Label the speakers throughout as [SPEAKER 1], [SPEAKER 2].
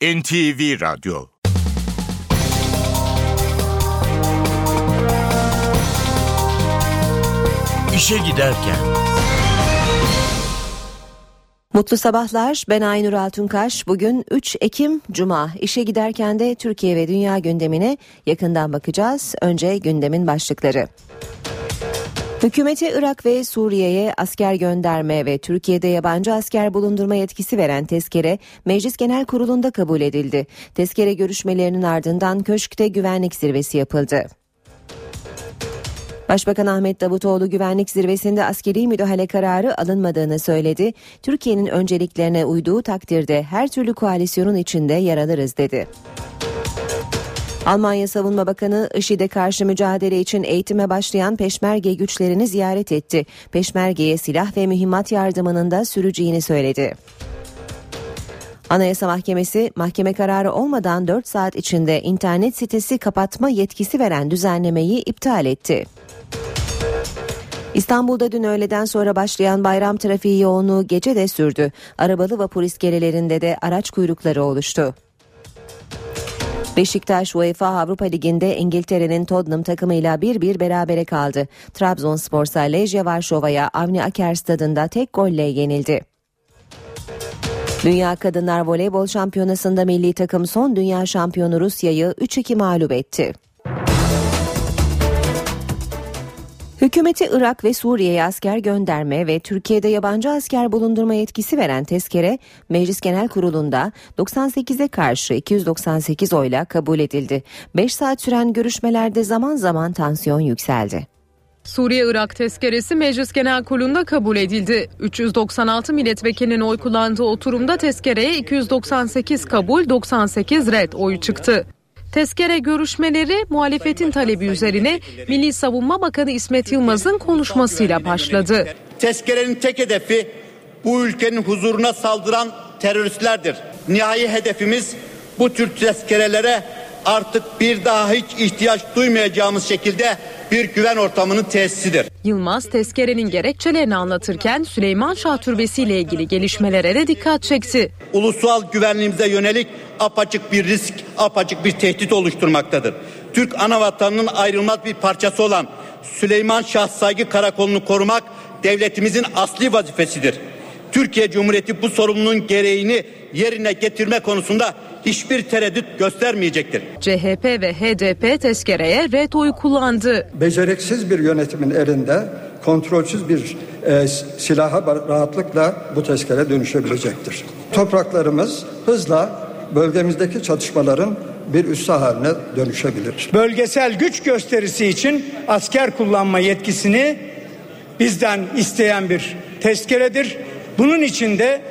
[SPEAKER 1] NTV Radyo. İşe giderken.
[SPEAKER 2] Mutlu sabahlar. Ben Aynur Altunkaş. Bugün 3 Ekim Cuma. İşe giderken de Türkiye ve dünya gündemine yakından bakacağız. Önce gündemin başlıkları. Hükümete Irak ve Suriye'ye asker gönderme ve Türkiye'de yabancı asker bulundurma yetkisi veren tezkere Meclis Genel Kurulu'nda kabul edildi. Tezkere görüşmelerinin ardından Köşk'te güvenlik zirvesi yapıldı. Başbakan Ahmet Davutoğlu güvenlik zirvesinde askeri müdahale kararı alınmadığını söyledi. Türkiye'nin önceliklerine uyduğu takdirde her türlü koalisyonun içinde yer alırız dedi. Almanya Savunma Bakanı IŞİD'e karşı mücadele için eğitime başlayan Peşmerge güçlerini ziyaret etti. Peşmerge'ye silah ve mühimmat yardımının da süreceğini söyledi. Anayasa Mahkemesi mahkeme kararı olmadan 4 saat içinde internet sitesi kapatma yetkisi veren düzenlemeyi iptal etti. İstanbul'da dün öğleden sonra başlayan bayram trafiği yoğunluğu gece de sürdü. Arabalı vapur iskelelerinde de araç kuyrukları oluştu. Beşiktaş UEFA Avrupa Ligi'nde İngiltere'nin Tottenham takımıyla 1-1 berabere kaldı. Trabzonspor Legia Varşova'ya Avni Aker stadında tek golle yenildi. Dünya Kadınlar Voleybol Şampiyonası'nda milli takım son dünya şampiyonu Rusya'yı 3-2 mağlup etti. Hükümeti Irak ve Suriye'ye asker gönderme ve Türkiye'de yabancı asker bulundurma yetkisi veren tezkere Meclis Genel Kurulu'nda 98'e karşı 298 oyla kabul edildi. 5 saat süren görüşmelerde zaman zaman tansiyon yükseldi.
[SPEAKER 3] Suriye-Irak tezkeresi Meclis Genel Kurulu'nda kabul edildi. 396 milletvekilinin oy kullandığı oturumda tezkereye 298 kabul, 98 red oyu çıktı. Tezkere görüşmeleri muhalefetin talebi üzerine Milli Savunma Bakanı İsmet Yılmaz'ın konuşmasıyla başladı.
[SPEAKER 4] Tezkerenin tek hedefi bu ülkenin huzuruna saldıran teröristlerdir. Nihai hedefimiz bu tür tezkerelere artık bir daha hiç ihtiyaç duymayacağımız şekilde bir güven ortamının tesisidir.
[SPEAKER 3] Yılmaz tezkerenin gerekçelerini anlatırken Süleymanşah Türbesi ile ilgili gelişmelere de dikkat çekti.
[SPEAKER 4] Ulusal güvenliğimize yönelik apaçık bir risk, apaçık bir tehdit oluşturmaktadır. Türk anavatanının ayrılmaz bir parçası olan Süleymanşah Saygı Karakolu'nu korumak devletimizin asli vazifesidir. Türkiye Cumhuriyeti bu sorumluluğun gereğini yerine getirme konusunda hiçbir tereddüt göstermeyecektir.
[SPEAKER 3] CHP ve HDP tezkereye red oyu kullandı.
[SPEAKER 5] Beceriksiz bir yönetimin elinde kontrolsüz bir silaha rahatlıkla bu tezkere dönüşebilecektir. Topraklarımız hızla bölgemizdeki çatışmaların bir üssü haline dönüşebilir.
[SPEAKER 6] Bölgesel güç gösterisi için asker kullanma yetkisini bizden isteyen bir tezkeredir. Bunun için de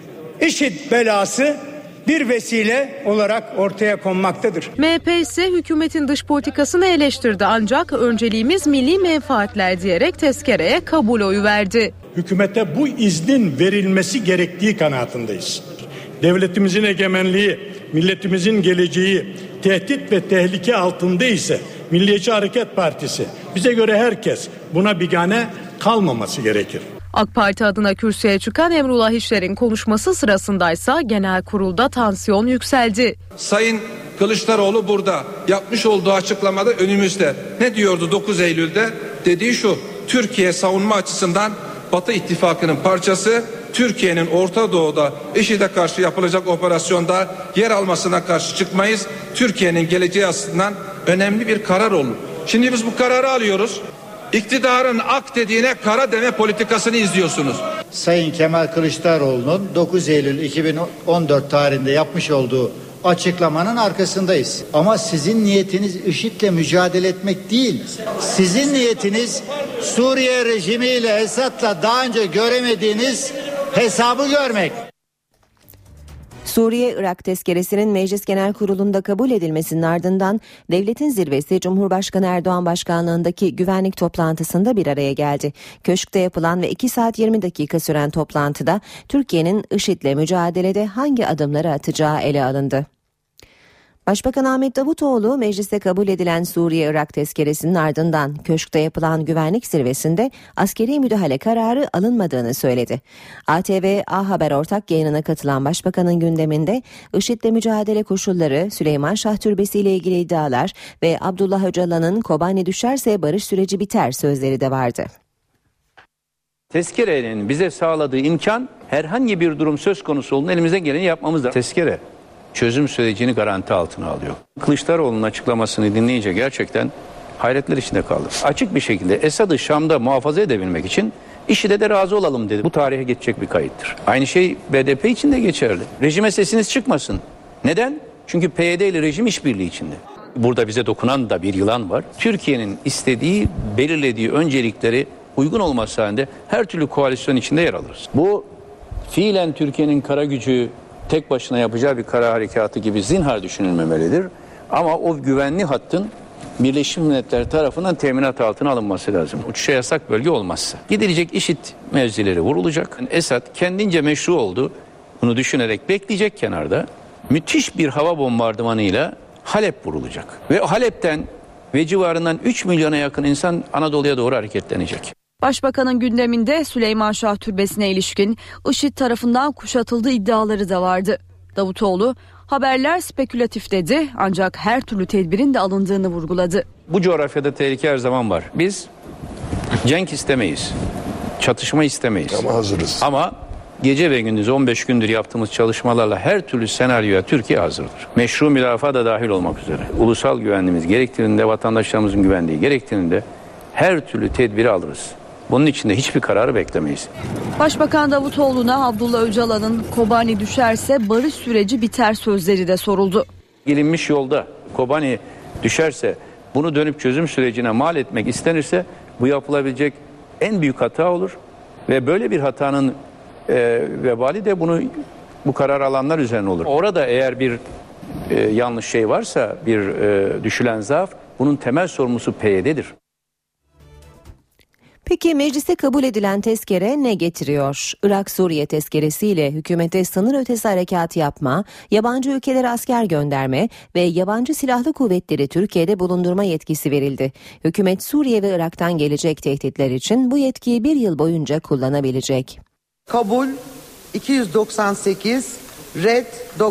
[SPEAKER 6] IŞİD belası bir vesile olarak ortaya konmaktadır.
[SPEAKER 3] MHP ise hükümetin dış politikasını eleştirdi ancak önceliğimiz milli menfaatler diyerek tezkereye kabul oyu verdi.
[SPEAKER 7] Hükümete bu iznin verilmesi gerektiği kanaatindeyiz. Devletimizin egemenliği, milletimizin geleceği tehdit ve tehlike altında ise Milliyetçi Hareket Partisi, bize göre herkes buna bigane kalmaması gerekir.
[SPEAKER 3] AK Parti adına kürsüye çıkan Emrullah İşler'in konuşması sırasındaysa genel kurulda tansiyon yükseldi.
[SPEAKER 8] Sayın Kılıçdaroğlu burada yapmış olduğu açıklamada önümüzde. Ne diyordu 9 Eylül'de? Dediği şu: Türkiye savunma açısından Batı İttifakı'nın parçası, Türkiye'nin Orta Doğu'da IŞİD'e karşı yapılacak operasyonda yer almasına karşı çıkmayız. Türkiye'nin geleceği açısından önemli bir karar olur. Şimdi biz bu kararı alıyoruz. İktidarın ak dediğine kara deme politikasını izliyorsunuz.
[SPEAKER 9] Sayın Kemal Kılıçdaroğlu'nun 9 Eylül 2014 tarihinde yapmış olduğu açıklamanın arkasındayız. Ama sizin niyetiniz IŞİD'le mücadele etmek değil. Sizin niyetiniz Suriye rejimiyle, Esad'la daha önce göremediğiniz hesabı görmek.
[SPEAKER 2] Suriye-Irak tezkeresinin Meclis Genel Kurulu'nda kabul edilmesinin ardından devletin zirvesi Cumhurbaşkanı Erdoğan başkanlığındaki güvenlik toplantısında bir araya geldi. Köşk'te yapılan ve 2 saat 20 dakika süren toplantıda Türkiye'nin IŞİD'le mücadelede hangi adımları atacağı ele alındı. Başbakan Ahmet Davutoğlu mecliste kabul edilen Suriye-Irak tezkeresinin ardından Köşk'te yapılan güvenlik zirvesinde askeri müdahale kararı alınmadığını söyledi. ATV A Haber ortak yayınına katılan Başbakanın gündeminde IŞİD'le mücadele koşulları, Süleyman Şah Türbesi ile ilgili iddialar ve Abdullah Öcalan'ın Kobani düşerse barış süreci biter sözleri de vardı.
[SPEAKER 10] Tezkerenin bize sağladığı imkan herhangi bir durum söz konusu olduğunda elimizden geleni yapmamızdır. Tezkere çözüm sürecini garanti altına alıyor. Kılıçdaroğlu'nun açıklamasını dinleyince gerçekten hayretler içinde kaldım. Açık bir şekilde Esad'ı Şam'da muhafaza edebilmek için IŞİD'e de razı olalım dedi. Bu tarihe geçecek bir kayıttır. Aynı şey BDP için de geçerli. Rejime sesiniz çıkmasın. Neden? Çünkü PYD ile rejim işbirliği içinde. Burada bize dokunan da bir yılan var. Türkiye'nin istediği, belirlediği öncelikleri uygun olması halinde her türlü koalisyon içinde yer alırız. Bu fiilen Türkiye'nin kara gücü tek başına yapacağı bir kara harekatı gibi zinhar düşünülmemelidir. Ama o güvenli hattın Birleşmiş Milletler tarafından teminat altına alınması lazım. Uçuşa yasak bölge olmazsa. Gidilecek IŞİD mevzileri vurulacak. Esad kendince meşru oldu. Bunu düşünerek bekleyecek kenarda. Müthiş bir hava bombardımanıyla Halep vurulacak. Ve Halep'ten ve civarından 3 milyona yakın insan Anadolu'ya doğru hareketlenecek.
[SPEAKER 11] Başbakanın gündeminde Süleyman Şah Türbesi'ne ilişkin IŞİD tarafından kuşatıldığı iddiaları da vardı. Davutoğlu, haberler spekülatif dedi ancak her türlü tedbirin de alındığını vurguladı.
[SPEAKER 10] Bu coğrafyada tehlike her zaman var. Biz cenk istemeyiz, çatışma istemeyiz.
[SPEAKER 12] Ama hazırız.
[SPEAKER 10] Ama gece ve gündüz 15 gündür yaptığımız çalışmalarla her türlü senaryoya Türkiye hazırdır. Meşru müdafaa da dahil olmak üzere. Ulusal güvenliğimiz gerektiğinde, vatandaşlarımızın güvenliği gerektiğinde her türlü tedbiri alırız. Bunun için de hiçbir kararı beklemeyiz.
[SPEAKER 11] Başbakan Davutoğlu'na Abdullah Öcalan'ın Kobani düşerse barış süreci biter sözleri de soruldu.
[SPEAKER 10] Gelinmiş yolda Kobani düşerse bunu dönüp çözüm sürecine mal etmek istenirse bu yapılabilecek en büyük hata olur. Ve böyle bir hatanın vebali de bu karar alanlar üzerine olur. Orada eğer bir yanlış şey varsa, bir düşülen zaaf, bunun temel sorumlusu PYD'dir.
[SPEAKER 2] Peki mecliste kabul edilen tezkere ne getiriyor? Irak-Suriye tezkeresiyle hükümete sınır ötesi harekat yapma, yabancı ülkelere asker gönderme ve yabancı silahlı kuvvetleri Türkiye'de bulundurma yetkisi verildi. Hükümet Suriye ve Irak'tan gelecek tehditler için bu yetkiyi bir yıl boyunca kullanabilecek.
[SPEAKER 13] Kabul 298, red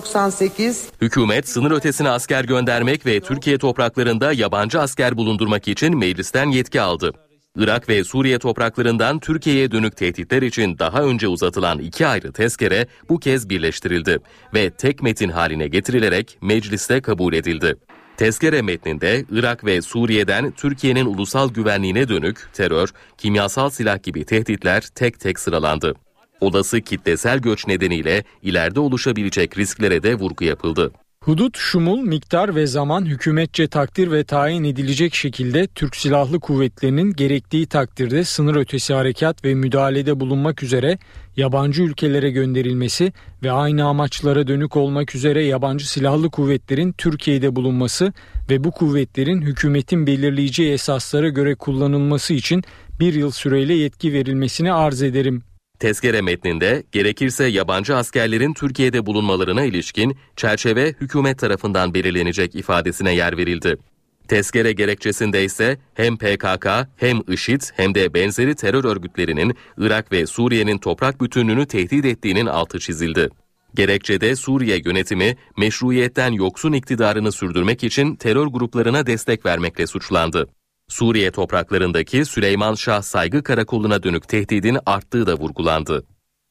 [SPEAKER 13] 98.
[SPEAKER 14] Hükümet sınır ötesine asker göndermek ve Türkiye topraklarında yabancı asker bulundurmak için meclisten yetki aldı. Irak ve Suriye topraklarından Türkiye'ye dönük tehditler için daha önce uzatılan 2 ayrı tezkere bu kez birleştirildi ve tek metin haline getirilerek mecliste kabul edildi. Tezkere metninde Irak ve Suriye'den Türkiye'nin ulusal güvenliğine dönük terör, kimyasal silah gibi tehditler tek tek sıralandı. Olası kitlesel göç nedeniyle ileride oluşabilecek risklere de vurgu yapıldı.
[SPEAKER 15] Hudut, şumul, miktar ve zaman hükümetçe takdir ve tayin edilecek şekilde Türk Silahlı Kuvvetleri'nin gerektiği takdirde sınır ötesi harekat ve müdahalede bulunmak üzere yabancı ülkelere gönderilmesi ve aynı amaçlara dönük olmak üzere yabancı silahlı kuvvetlerin Türkiye'de bulunması ve bu kuvvetlerin hükümetin belirleyeceği esaslara göre kullanılması için bir yıl süreyle yetki verilmesini arz ederim.
[SPEAKER 14] Tezkere metninde gerekirse yabancı askerlerin Türkiye'de bulunmalarına ilişkin çerçeve hükümet tarafından belirlenecek ifadesine yer verildi. Tezkere gerekçesinde ise hem PKK hem IŞİD hem de benzeri terör örgütlerinin Irak ve Suriye'nin toprak bütünlüğünü tehdit ettiğinin altı çizildi. Gerekçede Suriye yönetimi meşruiyetten yoksun iktidarını sürdürmek için terör gruplarına destek vermekle suçlandı. Suriye topraklarındaki Süleyman Şah Saygı Karakolu'na dönük tehdidin arttığı da vurgulandı.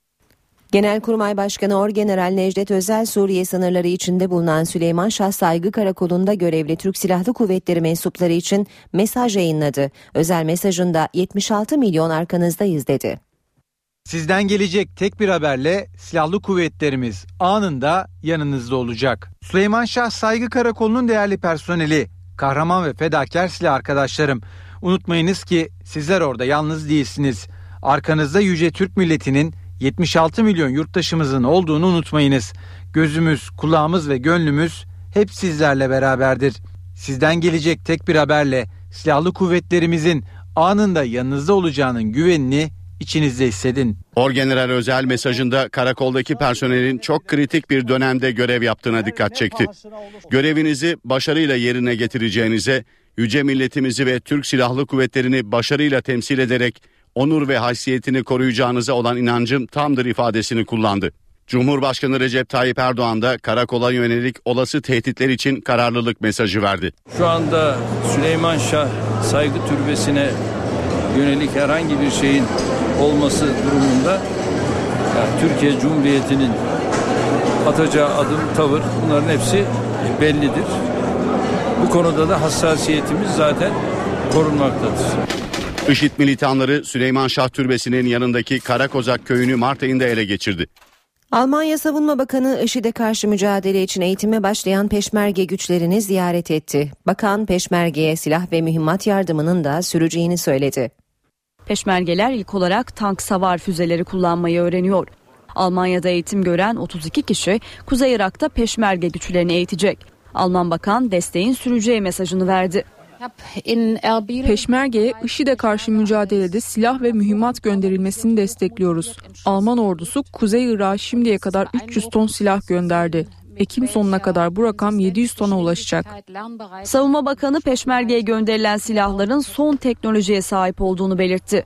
[SPEAKER 2] Genelkurmay Başkanı Orgeneral Necdet Özel, Suriye sınırları içinde bulunan Süleyman Şah Saygı Karakolu'nda görevli Türk Silahlı Kuvvetleri mensupları için mesaj yayınladı. Özel mesajında 76 milyon arkanızdayız dedi.
[SPEAKER 16] Sizden gelecek tek bir haberle silahlı kuvvetlerimiz anında yanınızda olacak. Süleyman Şah Saygı Karakolu'nun değerli personeli, kahraman ve fedakar silah arkadaşlarım. Unutmayınız ki sizler orada yalnız değilsiniz. Arkanızda yüce Türk milletinin 76 milyon yurttaşımızın olduğunu unutmayınız. Gözümüz, kulağımız ve gönlümüz hep sizlerle beraberdir. Sizden gelecek tek bir haberle silahlı kuvvetlerimizin anında yanınızda olacağının güvenini içinizde hissedin.
[SPEAKER 12] Orgeneral Özel mesajında karakoldaki personelin çok kritik bir dönemde görev yaptığına dikkat çekti. Görevinizi başarıyla yerine getireceğinize, yüce milletimizi ve Türk Silahlı Kuvvetleri'ni başarıyla temsil ederek onur ve haysiyetini koruyacağınıza olan inancım tamdır ifadesini kullandı. Cumhurbaşkanı Recep Tayyip Erdoğan da karakola yönelik olası tehditler için kararlılık mesajı verdi.
[SPEAKER 17] Şu anda Süleyman Şah Saygı Türbesi'ne yönelik herhangi bir şeyin olması durumunda Türkiye Cumhuriyeti'nin atacağı adım, tavır, bunların hepsi bellidir. Bu konuda da hassasiyetimiz zaten korunmaktadır.
[SPEAKER 12] IŞİD militanları Süleyman Şah Türbesi'nin yanındaki Karakozak köyünü Mart ayında ele geçirdi.
[SPEAKER 2] Almanya Savunma Bakanı IŞİD'e karşı mücadele için eğitime başlayan peşmerge güçlerini ziyaret etti. Bakan peşmergeye silah ve mühimmat yardımının da süreceğini söyledi.
[SPEAKER 11] Peşmergeler ilk olarak tank savar füzeleri kullanmayı öğreniyor. Almanya'da eğitim gören 32 kişi Kuzey Irak'ta peşmerge güçlerini eğitecek. Alman bakan desteğin süreceği mesajını verdi.
[SPEAKER 18] Peşmerge'ye IŞİD'e karşı mücadelede silah ve mühimmat gönderilmesini destekliyoruz. Alman ordusu Kuzey Irak'a şimdiye kadar 300 ton silah gönderdi. Ekim sonuna kadar bu rakam 700 tona ulaşacak.
[SPEAKER 11] Savunma Bakanı peşmergeye gönderilen silahların son teknolojiye sahip olduğunu belirtti.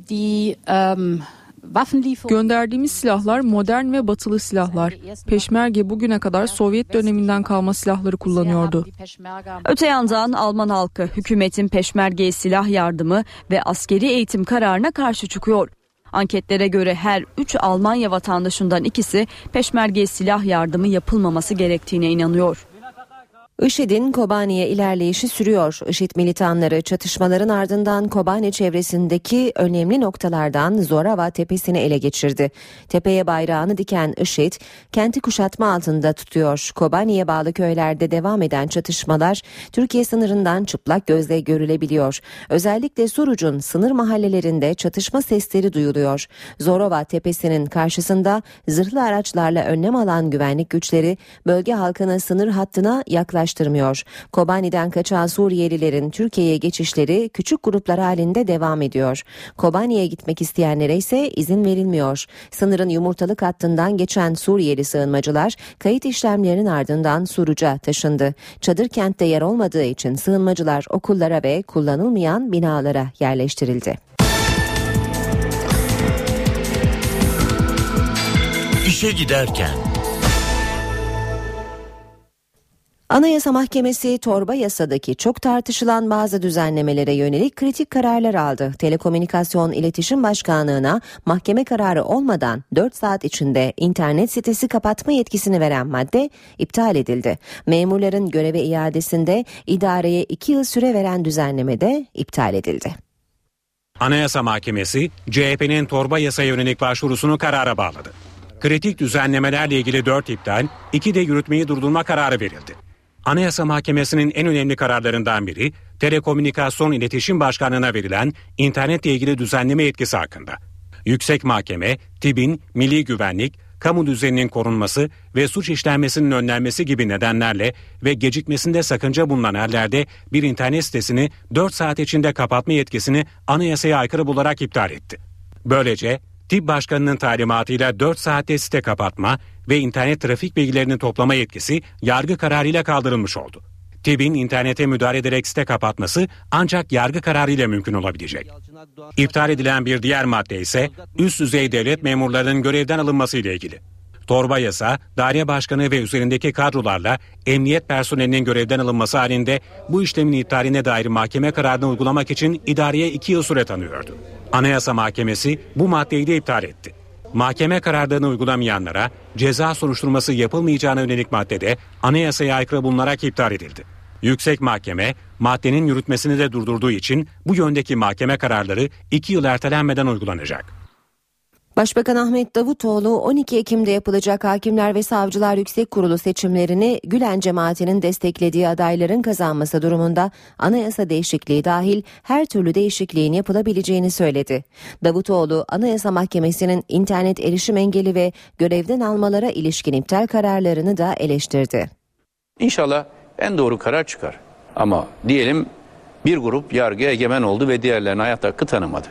[SPEAKER 18] Gönderdiğimiz silahlar modern ve batılı silahlar. Peşmerge bugüne kadar Sovyet döneminden kalma silahları kullanıyordu.
[SPEAKER 11] Öte yandan Alman halkı hükümetin peşmergeye silah yardımı ve askeri eğitim kararına karşı çıkıyor. Anketlere göre her 3 Almanya vatandaşından ikisi peşmergeye silah yardımı yapılmaması gerektiğine inanıyor.
[SPEAKER 2] IŞİD'in Kobani'ye ilerleyişi sürüyor. IŞİD militanları çatışmaların ardından Kobani çevresindeki önemli noktalardan Zorava tepesini ele geçirdi. Tepeye bayrağını diken IŞİD kenti kuşatma altında tutuyor. Kobani'ye bağlı köylerde devam eden çatışmalar Türkiye sınırından çıplak gözle görülebiliyor. Özellikle Suruc'un sınır mahallelerinde çatışma sesleri duyuluyor. Zorava tepesinin karşısında zırhlı araçlarla önlem alan güvenlik güçleri bölge halkını sınır hattına yaklaştırmıyor. Kobani'den kaçan Suriyelilerin Türkiye'ye geçişleri küçük gruplar halinde devam ediyor. Kobani'ye gitmek isteyenlere ise izin verilmiyor. Sınırın yumurtalık hattından geçen Suriyeli sığınmacılar kayıt işlemlerinin ardından Suruç'a taşındı. Çadır kentte yer olmadığı için sığınmacılar okullara ve kullanılmayan binalara yerleştirildi.
[SPEAKER 1] İşe giderken.
[SPEAKER 2] Anayasa Mahkemesi torba yasadaki çok tartışılan bazı düzenlemelere yönelik kritik kararlar aldı. Telekomünikasyon İletişim Başkanlığı'na mahkeme kararı olmadan 4 saat içinde internet sitesi kapatma yetkisini veren madde iptal edildi. Memurların göreve iadesinde idareye 2 yıl süre veren düzenleme de iptal edildi.
[SPEAKER 19] Anayasa Mahkemesi CHP'nin torba yasaya yönelik başvurusunu karara bağladı. Kritik düzenlemelerle ilgili 4 iptal, 2 de yürütmeyi durdurma kararı verildi. Anayasa Mahkemesi'nin en önemli kararlarından biri Telekomünikasyon İletişim Başkanlığı'na verilen internetle ilgili düzenleme yetkisi hakkında. Yüksek Mahkeme, TİB'in milli güvenlik, kamu düzeninin korunması ve suç işlenmesinin önlenmesi gibi nedenlerle ve gecikmesinde sakınca bulunan hallerde bir internet sitesini 4 saat içinde kapatma yetkisini anayasaya aykırı bularak iptal etti. Böylece TİB Başkanı'nın talimatıyla 4 saatte site kapatma ve internet trafik bilgilerini toplama yetkisi yargı kararıyla kaldırılmış oldu. TİB'in internete müdahale ederek site kapatması ancak yargı kararıyla mümkün olabilecek. İptal edilen bir diğer madde ise üst düzey devlet memurlarının görevden alınması ile ilgili. Torba yasa, daire başkanı ve üzerindeki kadrolarla emniyet personelinin görevden alınması halinde bu işlemin iptaline dair mahkeme kararını uygulamak için idareye 2 yıl süre tanıyordu. Anayasa Mahkemesi bu maddeyi de iptal etti. Mahkeme kararlarını uygulamayanlara ceza soruşturması yapılmayacağına yönelik maddede anayasaya aykırı bulunarak iptal edildi. Yüksek Mahkeme maddenin yürütmesini de durdurduğu için bu yöndeki mahkeme kararları 2 yıl ertelenmeden uygulanacak.
[SPEAKER 2] Başbakan Ahmet Davutoğlu 12 Ekim'de yapılacak Hakimler ve Savcılar Yüksek Kurulu seçimlerini Gülen cemaatinin desteklediği adayların kazanması durumunda anayasa değişikliği dahil her türlü değişikliğin yapılabileceğini söyledi. Davutoğlu, Anayasa Mahkemesi'nin internet erişim engeli ve görevden almalara ilişkin iptal kararlarını da eleştirdi.
[SPEAKER 10] İnşallah en doğru karar çıkar. Ama diyelim bir grup yargıya egemen oldu ve diğerlerine hayat hakkı tanımadı.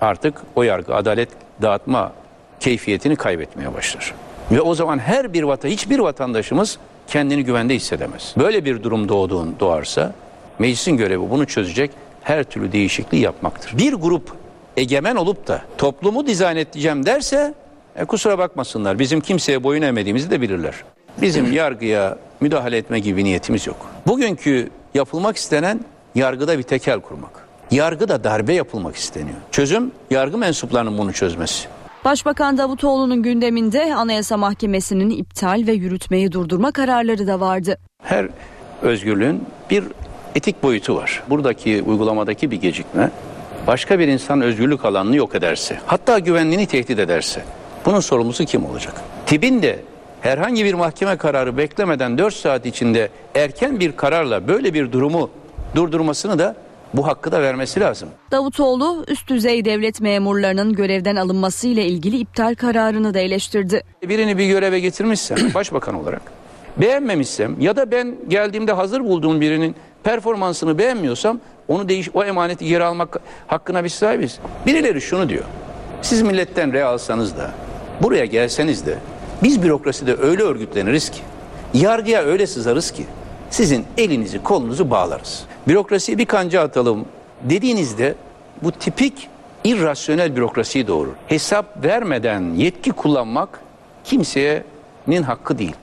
[SPEAKER 10] artık o yargı adalet dağıtma keyfiyetini kaybetmeye başlar. Ve o zaman hiçbir vatandaşımız kendini güvende hissedemez. Böyle bir durum doğarsa meclisin görevi bunu çözecek her türlü değişikliği yapmaktır. Bir grup egemen olup da toplumu dizayn edeceğim derse kusura bakmasınlar, bizim kimseye boyun eğmediğimizi de bilirler. Bizim yargıya müdahale etme gibi niyetimiz yok. Bugünkü yapılmak istenen yargıda bir tekel kurmak. Yargıda darbe yapılmak isteniyor. Çözüm yargı mensuplarının bunu çözmesi.
[SPEAKER 11] Başbakan Davutoğlu'nun gündeminde Anayasa Mahkemesi'nin iptal ve yürütmeyi durdurma kararları da vardı.
[SPEAKER 10] Her özgürlüğün bir etik boyutu var. Buradaki uygulamadaki bir gecikme başka bir insan özgürlük alanını yok ederse, hatta güvenliğini tehdit ederse bunun sorumlusu kim olacak? TİB'in de herhangi bir mahkeme kararı beklemeden 4 saat içinde erken bir kararla böyle bir durumu durdurmasını da bu hakkı da vermesi lazım.
[SPEAKER 11] Davutoğlu üst düzey devlet memurlarının görevden alınması ile ilgili iptal kararını da eleştirdi.
[SPEAKER 10] Birini bir göreve getirmişsem başbakan olarak beğenmemişsem ya da ben geldiğimde hazır bulduğum birinin performansını beğenmiyorsam o emaneti geri almak hakkına biz sahibiz. Birileri şunu diyor. Siz milletten rey alsanız da buraya gelseniz de biz bürokraside öyle örgütleniriz ki, yargıya öyle sızarız ki sizin elinizi kolunuzu bağlarız. Bürokrasiye bir kanca atalım dediğinizde bu tipik irrasyonel bürokrasiyi doğurur. Hesap vermeden yetki kullanmak kimsenin hakkı değil.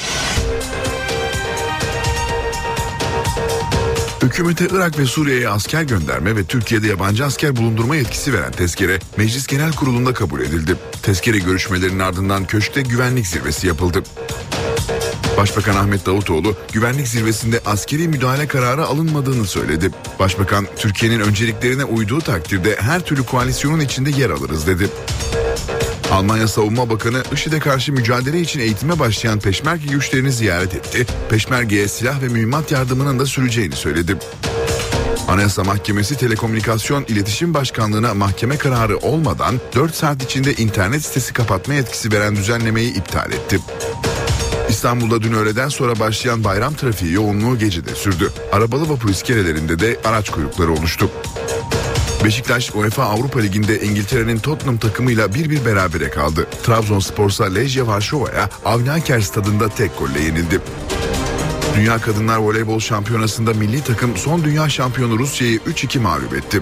[SPEAKER 20] Hükümete Irak ve Suriye'ye asker gönderme ve Türkiye'de yabancı asker bulundurma yetkisi veren tezkere Meclis Genel Kurulu'nda kabul edildi. Tezkere görüşmelerinin ardından köşkte güvenlik zirvesi yapıldı. Başbakan Ahmet Davutoğlu güvenlik zirvesinde askeri müdahale kararı alınmadığını söyledi. Başbakan Türkiye'nin önceliklerine uyduğu takdirde her türlü koalisyonun içinde yer alırız dedi. Almanya Savunma Bakanı IŞİD'e karşı mücadele için eğitime başlayan Peşmerge güçlerini ziyaret etti. Peşmerge'ye silah ve mühimmat yardımının da süreceğini söyledi. Anayasa Mahkemesi Telekomünikasyon İletişim Başkanlığı'na mahkeme kararı olmadan 4 saat içinde internet sitesi kapatma yetkisi veren düzenlemeyi iptal etti. İstanbul'da dün öğleden sonra başlayan bayram trafiği yoğunluğu gecede sürdü. Arabalı vapur iskelelerinde de araç kuyrukları oluştu. Beşiktaş UEFA Avrupa Ligi'nde İngiltere'nin Tottenham takımıyla 1-1 berabere kaldı. Trabzonspor'sa Lejje Varşova'ya Avni Aker stadında tek golle yenildi. Dünya Kadınlar Voleybol Şampiyonası'nda milli takım son dünya şampiyonu Rusya'yı 3-2 mağlup etti.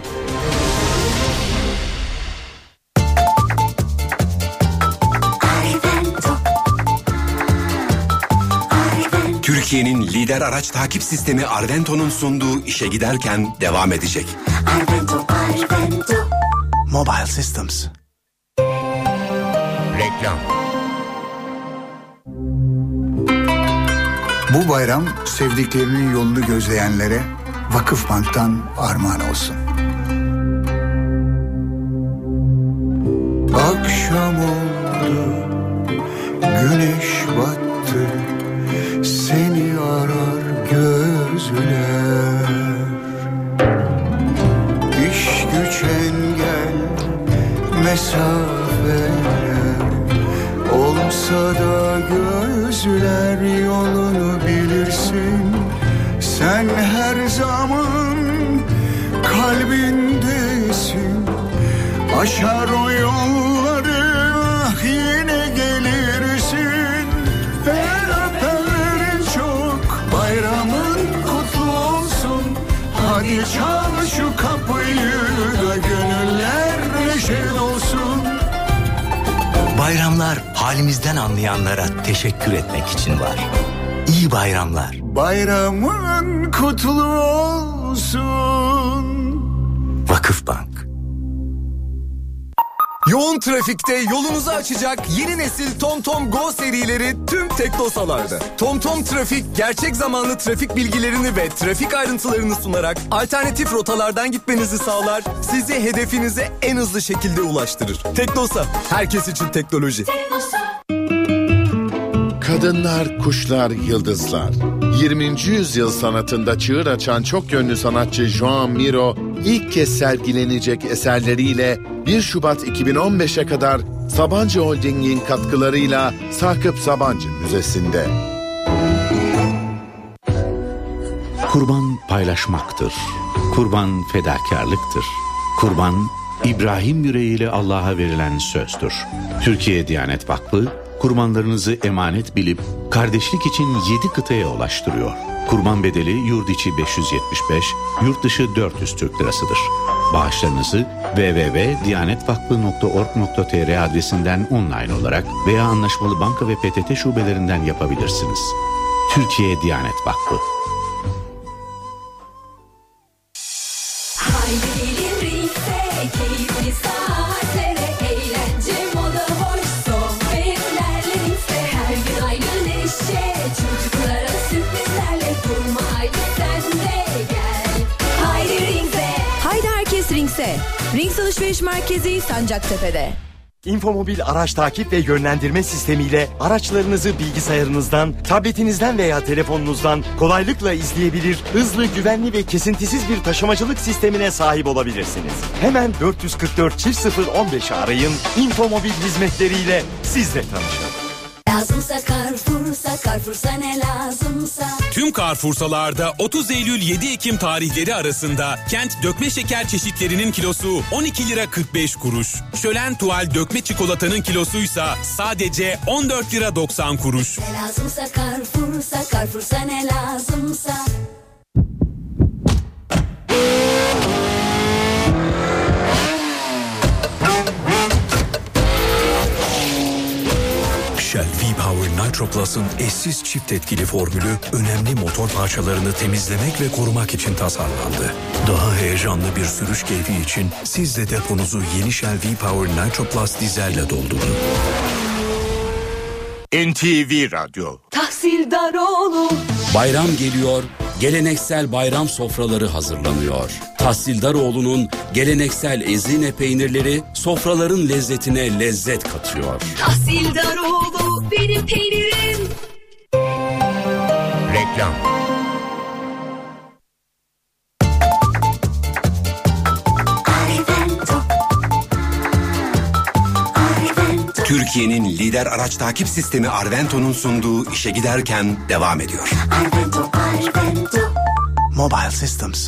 [SPEAKER 21] Türkiye'nin lider araç takip sistemi Arvento'nun sunduğu işe giderken devam edecek.
[SPEAKER 22] Arvento.
[SPEAKER 21] Mobile Systems.
[SPEAKER 22] Reklam.
[SPEAKER 23] Bu bayram sevdiklerinin yolunu gözleyenlere Vakıfbank'tan armağan olsun. Akşam oldu, güneş battı, seni arar gözler. İş güç engel, mesafeler olsa da gözler yolunu bilirsin. Sen her zaman kalbindesin. Aşar o yolları, ah yine gelirsin. El öpenlerin çok, bayramın kutlu olsun. Hadi çal şu kapıyı da gönüller neşe olsun.
[SPEAKER 1] Bayramlar halimizden anlayanlara teşekkür etmek için var. İyi bayramlar.
[SPEAKER 23] Bayramın kutlu olsun.
[SPEAKER 1] Vakıfbank.
[SPEAKER 24] Yoğun trafikte yolunuzu açacak yeni nesil TomTom Go serileri tüm Teknosa'larda. TomTom Trafik gerçek zamanlı trafik bilgilerini ve trafik ayrıntılarını sunarak alternatif rotalardan gitmenizi sağlar, sizi hedefinize en hızlı şekilde ulaştırır. Teknosa, herkes için teknoloji.
[SPEAKER 25] Kadınlar, kuşlar, yıldızlar. 20. yüzyıl sanatında çığır açan çok yönlü sanatçı Joan Miró ilk kez sergilenecek eserleriyle 1 Şubat 2015'e kadar Sabancı Holding'in katkılarıyla Sakıp Sabancı Müzesi'nde.
[SPEAKER 26] Kurban paylaşmaktır. Kurban fedakarlıktır. Kurban
[SPEAKER 4] İbrahim yüreğiyle Allah'a verilen sözdür. Türkiye Diyanet Vakfı, kurbanlarınızı emanet bilip kardeşlik için 7 kıtaya ulaştırıyor. Kurban bedeli yurt içi 575, yurt dışı 400 Türk lirasıdır. Bağışlarınızı www.diyanetvakfı.org.tr adresinden online olarak veya anlaşmalı banka ve PTT şubelerinden yapabilirsiniz. Türkiye Diyanet Vakfı.
[SPEAKER 5] Rings Alışveriş Merkezi Sancaktepe'de.
[SPEAKER 6] Infomobil araç takip ve yönlendirme sistemiyle araçlarınızı bilgisayarınızdan, tabletinizden veya telefonunuzdan kolaylıkla izleyebilir, hızlı, güvenli ve kesintisiz bir taşımacılık sistemine sahip olabilirsiniz. Hemen 444-0015'i arayın, Infomobil hizmetleriyle siz de tanışın.
[SPEAKER 5] Lazımsa Carrefour'sa ne lazımsa.
[SPEAKER 7] Tüm Carrefour'salarda 30 Eylül 7 Ekim tarihleri arasında Kent dökme şeker çeşitlerinin kilosu 12 lira 45 kuruş. Şölen Tuval dökme çikolatanın kilosuysa sadece 14 lira 90 kuruş.
[SPEAKER 5] Ne lazımsa Carrefour'sa ne lazımsa.
[SPEAKER 22] Shell V-Power Nitro Plus'ın eşsiz çift etkili formülü önemli motor parçalarını temizlemek ve korumak için tasarlandı. Daha heyecanlı bir sürüş keyfi için siz de deponuzu yeni Shell V-Power Nitro Plus dizelle doldurun.
[SPEAKER 26] NTV Radyo.
[SPEAKER 5] Tahsildaroğlu.
[SPEAKER 27] Bayram geliyor, geleneksel bayram sofraları hazırlanıyor. Tahsildaroğlu'nun geleneksel Ezine peynirleri sofraların lezzetine lezzet katıyor.
[SPEAKER 5] Tahsildaroğlu benim peynirim.
[SPEAKER 26] Reklam.
[SPEAKER 21] Türkiye'nin lider araç takip sistemi Arvento'nun sunduğu işe giderken devam ediyor.
[SPEAKER 5] Arvento.
[SPEAKER 1] Mobile Systems.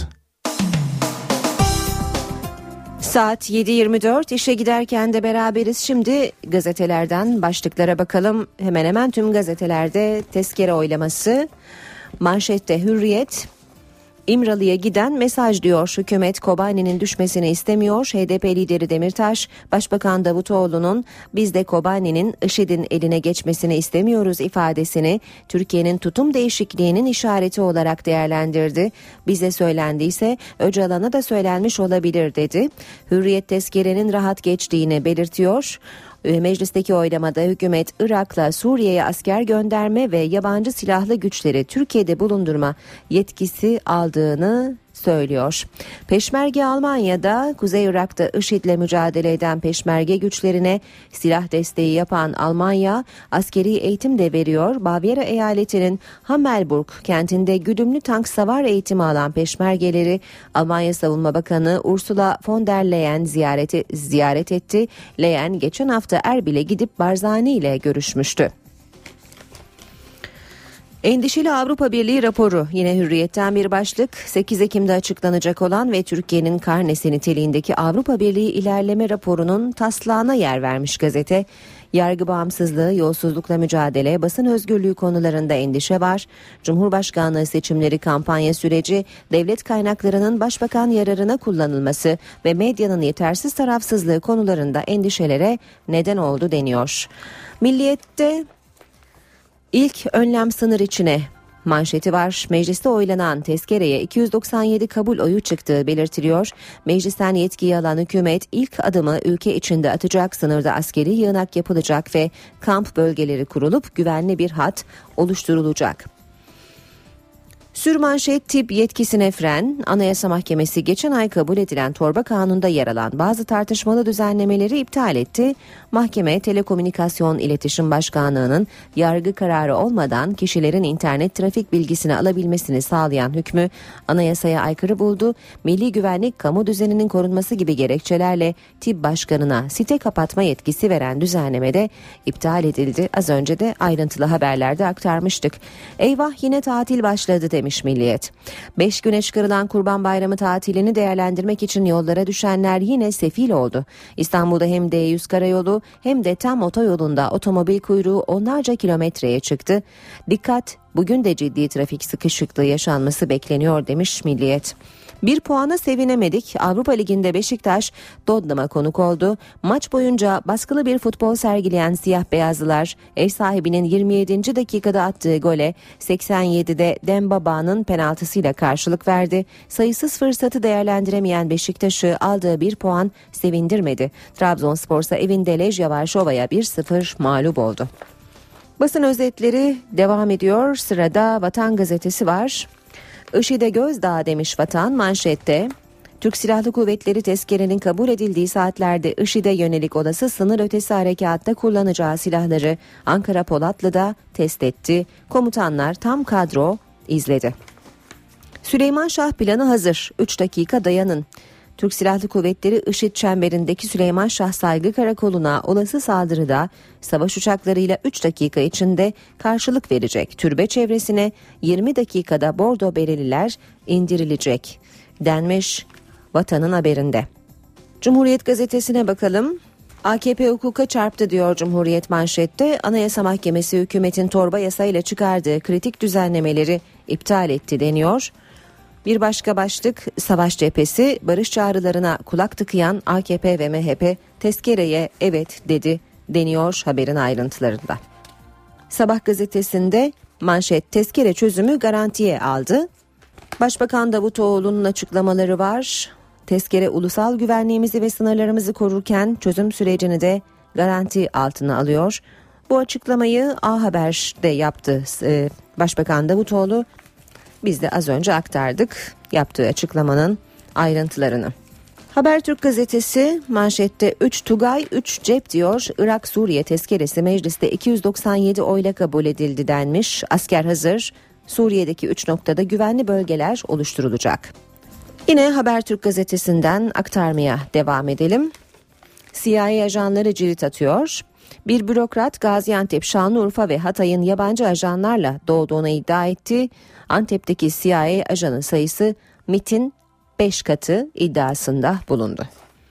[SPEAKER 2] Saat 7.24, işe giderken de beraberiz. Şimdi gazetelerden başlıklara bakalım. Hemen hemen tüm gazetelerde tezkere oylaması. Manşette Hürriyet, İmralı'ya giden mesaj diyor. Hükümet Kobani'nin düşmesini istemiyor. HDP lideri Demirtaş, Başbakan Davutoğlu'nun biz de Kobani'nin IŞİD'in eline geçmesini istemiyoruz ifadesini Türkiye'nin tutum değişikliğinin işareti olarak değerlendirdi. Bize söylendiyse Öcalan'a da söylenmiş olabilir dedi. Hürriyet tezkerenin rahat geçtiğini belirtiyor. Meclisteki oylamada hükümet Irak'la Suriye'ye asker gönderme ve yabancı silahlı güçleri Türkiye'de bulundurma yetkisi aldığını söylüyor. Peşmerge Almanya'da, Kuzey Irak'ta IŞİD'le mücadele eden peşmerge güçlerine silah desteği yapan Almanya askeri eğitim de veriyor. Bavyera eyaletinin Hammelburg kentinde güdümlü tank savar eğitimi alan peşmergeleri Almanya Savunma Bakanı Ursula von der Leyen ziyaret etti. Leyen geçen hafta Erbil'e gidip Barzani ile görüşmüştü. Endişeli Avrupa Birliği raporu yine Hürriyet'ten bir başlık. 8 Ekim'de açıklanacak olan ve Türkiye'nin karnesi niteliğindeki Avrupa Birliği ilerleme raporunun taslağına yer vermiş gazete. Yargı bağımsızlığı, yolsuzlukla mücadele, basın özgürlüğü konularında endişe var. Cumhurbaşkanlığı seçimleri kampanya süreci, devlet kaynaklarının başbakan yararına kullanılması ve medyanın yetersiz tarafsızlığı konularında endişelere neden oldu deniyor. Milliyet'te İlk önlem sınır içine manşeti var. Mecliste oylanan tezkereye 297 kabul oyu çıktığı belirtiliyor. Meclisten yetkiyi alan hükümet ilk adımı ülke içinde atacak, sınırda askeri yığınak yapılacak ve kamp bölgeleri kurulup güvenli bir hat oluşturulacak. Sürmanşet tip yetkisine fren, Anayasa Mahkemesi geçen ay kabul edilen torba kanunda yer alan bazı tartışmalı düzenlemeleri iptal etti. Mahkeme Telekomünikasyon İletişim Başkanlığı'nın yargı kararı olmadan kişilerin internet trafik bilgisini alabilmesini sağlayan hükmü anayasaya aykırı buldu. Milli güvenlik, kamu düzeninin korunması gibi gerekçelerle TİB Başkanı'na site kapatma yetkisi veren düzenleme de iptal edildi. Az önce de ayrıntılı haberlerde aktarmıştık. Eyvah yine tatil başladı demiş demiş Milliyet. 5 güne çıkarılan Kurban Bayramı tatilini değerlendirmek için yollara düşenler yine sefil oldu. İstanbul'da hem D100 karayolu hem de tam otoyolunda otomobil kuyruğu onlarca kilometreye çıktı. Dikkat, bugün de ciddi trafik sıkışıklığı yaşanması bekleniyor demiş Milliyet. Bir puana sevinemedik. Avrupa Ligi'nde Beşiktaş Tottenham'a konuk oldu. Maç boyunca baskılı bir futbol sergileyen siyah beyazlılar ev sahibinin 27. dakikada attığı gole 87'de Dembaba'nın penaltısıyla karşılık verdi. Sayısız fırsatı değerlendiremeyen Beşiktaş'ı aldığı bir puan sevindirmedi. Trabzonspor'sa evinde Lejia Varşova'ya 1-0 mağlup oldu. Basın özetleri devam ediyor. Sırada Vatan Gazetesi var. IŞİD'e gözdağı demiş Vatan manşette. Türk Silahlı Kuvvetleri tezkerenin kabul edildiği saatlerde IŞİD'e yönelik olası sınır ötesi harekatta kullanacağı silahları Ankara Polatlı'da test etti. Komutanlar tam kadro izledi. Süleyman Şah planı hazır. 3 dakika dayanın. Türk Silahlı Kuvvetleri IŞİD çemberindeki Süleyman Şah Saygı Karakolu'na olası saldırıda savaş uçaklarıyla 3 dakika içinde karşılık verecek. Türbe çevresine 20 dakikada bordo bereliler indirilecek denmiş Vatan'ın haberinde. Cumhuriyet Gazetesi'ne bakalım. AKP hukuka çarptı diyor Cumhuriyet manşette. Anayasa Mahkemesi hükümetin torba yasayla çıkardığı kritik düzenlemeleri iptal etti deniyor. Bir başka başlık, savaş cephesi, barış çağrılarına kulak tıkayan AKP ve MHP tezkereye evet dedi deniyor haberin ayrıntılarında. Sabah gazetesinde manşet tezkere çözümü garantiye aldı. Başbakan Davutoğlu'nun açıklamaları var. Tezkere ulusal güvenliğimizi ve sınırlarımızı korurken çözüm sürecini de garanti altına alıyor. Bu açıklamayı A Haber'de yaptı Başbakan Davutoğlu. Biz de az önce aktardık yaptığı açıklamanın ayrıntılarını. Habertürk gazetesi manşette 3 Tugay 3 cep diyor. Irak-Suriye tezkeresi mecliste 297 oyla kabul edildi denmiş. Asker hazır. Suriye'deki 3 noktada güvenli bölgeler oluşturulacak. Yine Habertürk gazetesinden aktarmaya devam edelim. CIA ajanları cirit atıyor. Bir bürokrat Gaziantep, Şanlıurfa ve Hatay'ın yabancı ajanlarla doğduğunu iddia etti. Antep'teki CIA ajanın sayısı MİT'in 5 katı iddiasında bulundu.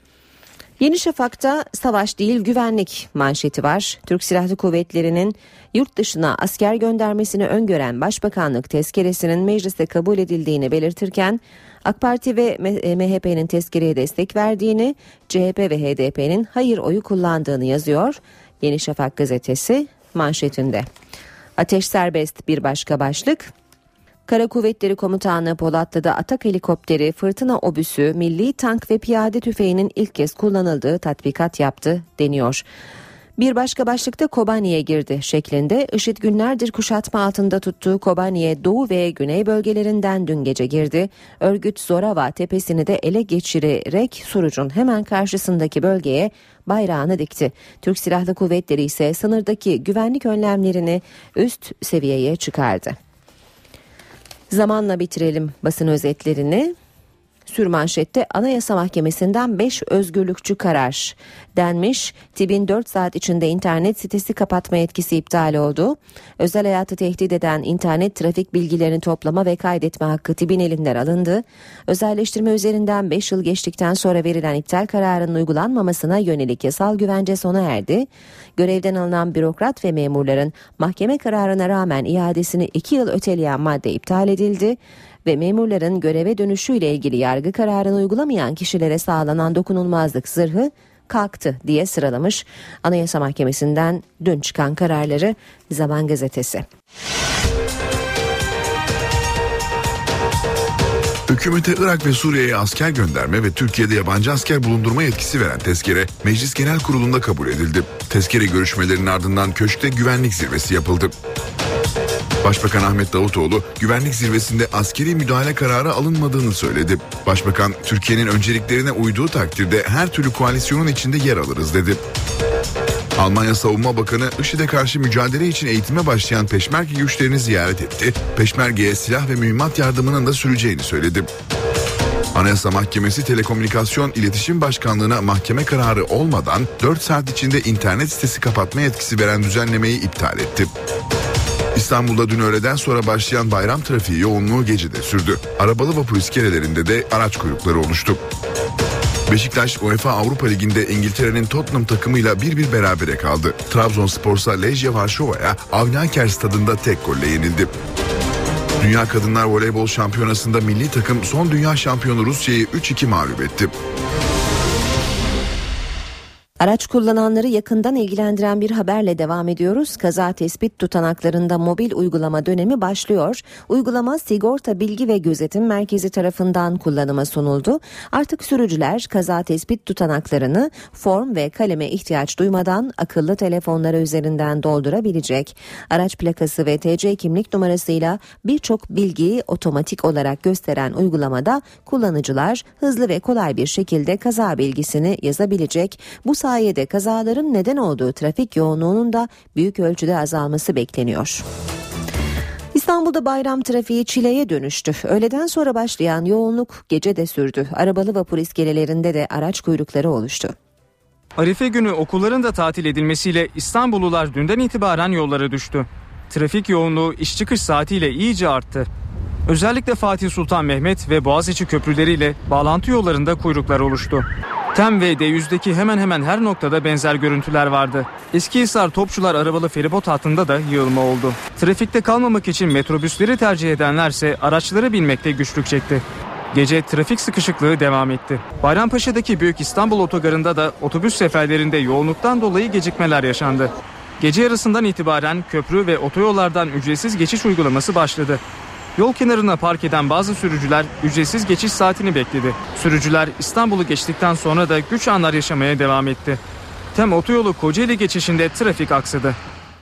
[SPEAKER 2] Yeni Şafak'ta savaş değil güvenlik manşeti var. Türk Silahlı Kuvvetleri'nin yurt dışına asker göndermesini öngören Başbakanlık tezkeresinin mecliste kabul edildiğini belirtirken AK Parti ve MHP'nin tezkereye destek verdiğini, CHP ve HDP'nin hayır oyu kullandığını yazıyor. Yeni Şafak gazetesi manşetinde. Ateş serbest bir başka başlık. Kara Kuvvetleri Komutanı Polatlı'da Atak helikopteri, Fırtına obüsü, milli tank ve piyade tüfeğinin ilk kez kullanıldığı tatbikat yaptı deniyor. Bir başka başlıkta Kobani'ye girdi şeklinde. IŞİD günlerdir kuşatma altında tuttuğu Kobani'ye doğu ve güney bölgelerinden dün gece girdi. Örgüt Zorava tepesini de ele geçirerek Suruç'un hemen karşısındaki bölgeye bayrağını dikti. Türk Silahlı Kuvvetleri ise sınırdaki güvenlik önlemlerini üst seviyeye çıkardı. Zamanla bitirelim basın özetlerini. Sürmanşette Anayasa Mahkemesi'nden 5 özgürlükçü karar denmiş. TİB'in 4 saat içinde internet sitesi kapatma yetkisi iptal oldu. Özel hayatı tehdit eden internet trafik bilgilerini toplama ve kaydetme hakkı TİB'in elinden alındı. Özelleştirme üzerinden 5 yıl geçtikten sonra verilen iptal kararının uygulanmamasına yönelik yasal güvence sona erdi. Görevden alınan bürokrat ve memurların mahkeme kararına rağmen iadesini 2 yıl öteleyen madde iptal edildi. Ve memurların göreve dönüşüyle ilgili yargı kararını uygulamayan kişilere sağlanan dokunulmazlık zırhı kalktı diye sıralamış Anayasa Mahkemesi'nden dün çıkan kararları Zaman Gazetesi.
[SPEAKER 20] Hükümete Irak ve Suriye'ye asker gönderme ve Türkiye'de yabancı asker bulundurma yetkisi veren tezkere Meclis Genel Kurulu'nda kabul edildi. Tezkere görüşmelerinin ardından köşkte güvenlik zirvesi yapıldı. Başbakan Ahmet Davutoğlu güvenlik zirvesinde askeri müdahale kararı alınmadığını söyledi. Başbakan Türkiye'nin önceliklerine uyduğu takdirde her türlü koalisyonun içinde yer alırız dedi. Almanya Savunma Bakanı IŞİD'e karşı mücadele için eğitime başlayan Peşmerge güçlerini ziyaret etti. Peşmerge'ye silah ve mühimmat yardımının da süreceğini söyledi. Anayasa Mahkemesi Telekomünikasyon İletişim Başkanlığı'na mahkeme kararı olmadan 4 saat içinde internet sitesi kapatma yetkisi veren düzenlemeyi iptal etti. İstanbul'da dün öğleden sonra başlayan bayram trafiği yoğunluğu gece de sürdü. Arabalı vapur iskelelerinde de araç kuyrukları oluştu. Beşiktaş UEFA Avrupa Ligi'nde İngiltere'nin Tottenham takımıyla 1-1 berabere kaldı. Trabzonspor'sa Lejje Varşova'ya Avni stadında tek golle yenildi. Dünya Kadınlar Voleybol Şampiyonası'nda milli takım son dünya şampiyonu Rusya'yı 3-2 mağlup etti.
[SPEAKER 2] Araç kullananları yakından ilgilendiren bir haberle devam ediyoruz. Kaza tespit tutanaklarında mobil uygulama dönemi başlıyor. Uygulama Sigorta Bilgi ve Gözetim Merkezi tarafından kullanıma sunuldu. Artık sürücüler kaza tespit tutanaklarını form ve kaleme ihtiyaç duymadan akıllı telefonları üzerinden doldurabilecek. Araç plakası ve TC kimlik numarasıyla birçok bilgiyi otomatik olarak gösteren uygulamada kullanıcılar hızlı ve kolay bir şekilde kaza bilgisini yazabilecek. Bu sayede kazaların neden olduğu trafik yoğunluğunun da büyük ölçüde azalması bekleniyor. İstanbul'da bayram trafiği çileye dönüştü. Öğleden sonra başlayan yoğunluk gece de sürdü. Arabalı vapur iskelelerinde de araç kuyrukları oluştu.
[SPEAKER 3] Arife günü okulların da tatil edilmesiyle İstanbullular dünden itibaren yollara düştü. Trafik yoğunluğu iş çıkış saatiyle iyice arttı. Özellikle Fatih Sultan Mehmet ve Boğaziçi köprüleriyle bağlantı yollarında kuyruklar oluştu. TEM ve D100'deki hemen hemen her noktada benzer görüntüler vardı. Eskihisar Topçular arabalı feribot hattında da yığılma oldu. Trafikte kalmamak için metrobüsleri tercih edenlerse araçlara binmekte güçlük çekti. Gece trafik sıkışıklığı devam etti. Bayrampaşa'daki Büyük İstanbul Otogarı'nda da otobüs seferlerinde yoğunluktan dolayı gecikmeler yaşandı. Gece yarısından itibaren köprü ve otoyollardan ücretsiz geçiş uygulaması başladı. Yol kenarına park eden bazı sürücüler ücretsiz geçiş saatini bekledi. Sürücüler İstanbul'u geçtikten sonra da güç anlar yaşamaya devam etti. TEM otoyolu Kocaeli geçişinde trafik aksadı.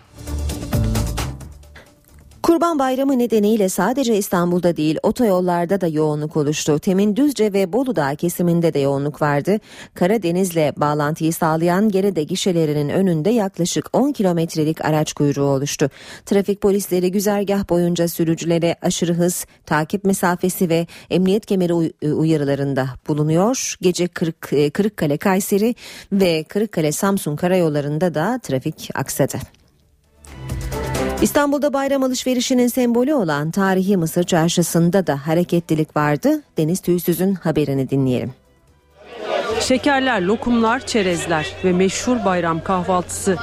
[SPEAKER 2] Kurban Bayramı nedeniyle sadece İstanbul'da değil otoyollarda da yoğunluk oluştu. TEM'in Düzce ve Bolu Dağı kesiminde de yoğunluk vardı. Karadeniz'le bağlantıyı sağlayan Gerede gişelerinin önünde yaklaşık 10 kilometrelik araç kuyruğu oluştu. Trafik polisleri güzergah boyunca sürücülere aşırı hız, takip mesafesi ve emniyet kemeri uyarılarında bulunuyor. Gece Kırıkkale Kayseri ve Kırıkkale Samsun karayollarında da trafik aksadı. İstanbul'da bayram alışverişinin sembolü olan tarihi Mısır Çarşısı'nda da hareketlilik vardı. Deniz Tüysüz'ün haberini dinleyelim.
[SPEAKER 8] Şekerler, lokumlar, çerezler ve meşhur bayram kahvaltısı.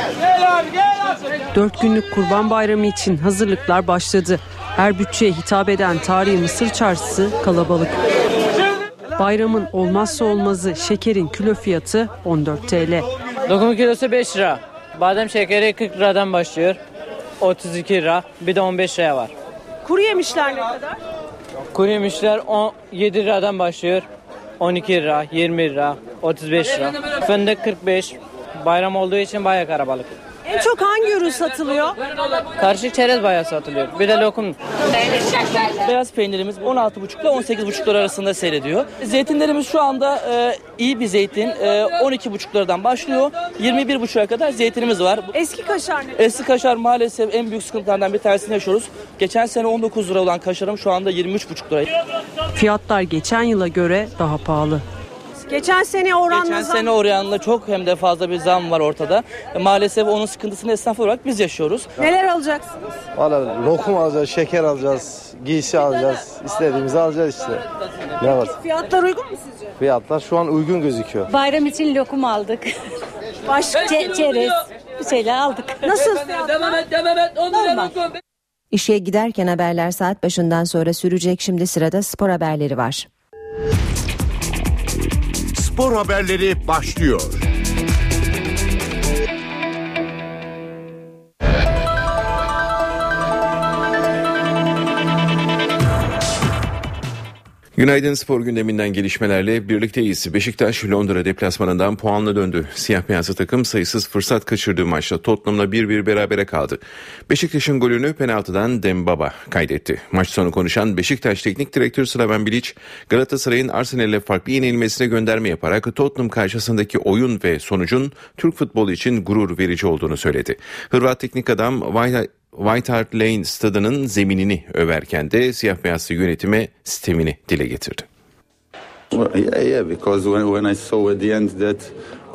[SPEAKER 8] 4 günlük Kurban Bayramı için hazırlıklar başladı. Her bütçeye hitap eden tarihi Mısır Çarşısı kalabalık. Bayramın olmazsa olmazı şekerin kilo fiyatı 14 TL.
[SPEAKER 9] Lokumun kilosu 5 lira. Badem şekeri 40 liradan başlıyor. 32 lira, bir de 15 liraya var.
[SPEAKER 8] Kuru yemişler ne kadar?
[SPEAKER 9] Kuru yemişler 17 liradan başlıyor. 12 lira, 20 lira, 35 lira. Fındık 45. Bayram olduğu için bayağı kalabalık.
[SPEAKER 8] En çok hangi ürün satılıyor?
[SPEAKER 9] Karışık çerez bayağı satılıyor. Bir de lokum.
[SPEAKER 13] Beyaz peynirimiz 16,5 ile 18,5 lira arasında seyrediyor. Zeytinlerimiz şu anda iyi bir zeytin. 12,5 liradan başlıyor. 21,5'a kadar zeytinimiz var.
[SPEAKER 8] Eski kaşar ne?
[SPEAKER 13] Eski kaşar maalesef en büyük sıkıntılardan bir tanesini yaşıyoruz. Geçen sene 19 lira olan kaşarım şu anda 23,5 lira.
[SPEAKER 8] Fiyatlar geçen yıla göre daha pahalı. Geçen sene
[SPEAKER 13] oranla çok hem de fazla bir zam var ortada. Maalesef onun sıkıntısını esnaf olarak biz yaşıyoruz.
[SPEAKER 8] Neler alacaksınız?
[SPEAKER 14] Valla lokum alacağız, şeker alacağız, giysi alacağız. İstediğimizi alacağız işte. Ne var?
[SPEAKER 8] Fiyatlar uygun mu sizce?
[SPEAKER 14] Fiyatlar şu an uygun gözüküyor.
[SPEAKER 15] Bayram için lokum aldık.
[SPEAKER 8] Başka?
[SPEAKER 15] Çerez bir şeyler aldık.
[SPEAKER 8] Nasıl fiyatlar?
[SPEAKER 15] Normal.
[SPEAKER 2] İşe giderken haberler saat başından sonra sürecek. Şimdi sırada spor haberleri var.
[SPEAKER 26] Spor haberleri başlıyor.
[SPEAKER 28] Günaydın, spor gündeminden gelişmelerle birlikteyiz. Beşiktaş Londra deplasmanından puanla döndü. Siyah beyazlı takım sayısız fırsat kaçırdığı maçta Tottenham'la 1-1 berabere kaldı. Beşiktaş'ın golünü penaltıdan Dembaba kaydetti. Maç sonu konuşan Beşiktaş Teknik Direktörü Slaven Bilic, Galatasaray'ın Arsenal'e farklı yenilmesine gönderme yaparak Tottenham karşısındaki oyun ve sonucun Türk futbolu için gurur verici olduğunu söyledi. Hırvat teknik adam White Hart Lane stadının zeminini överken de siyah beyazlı yönetime sistemini dile getirdi.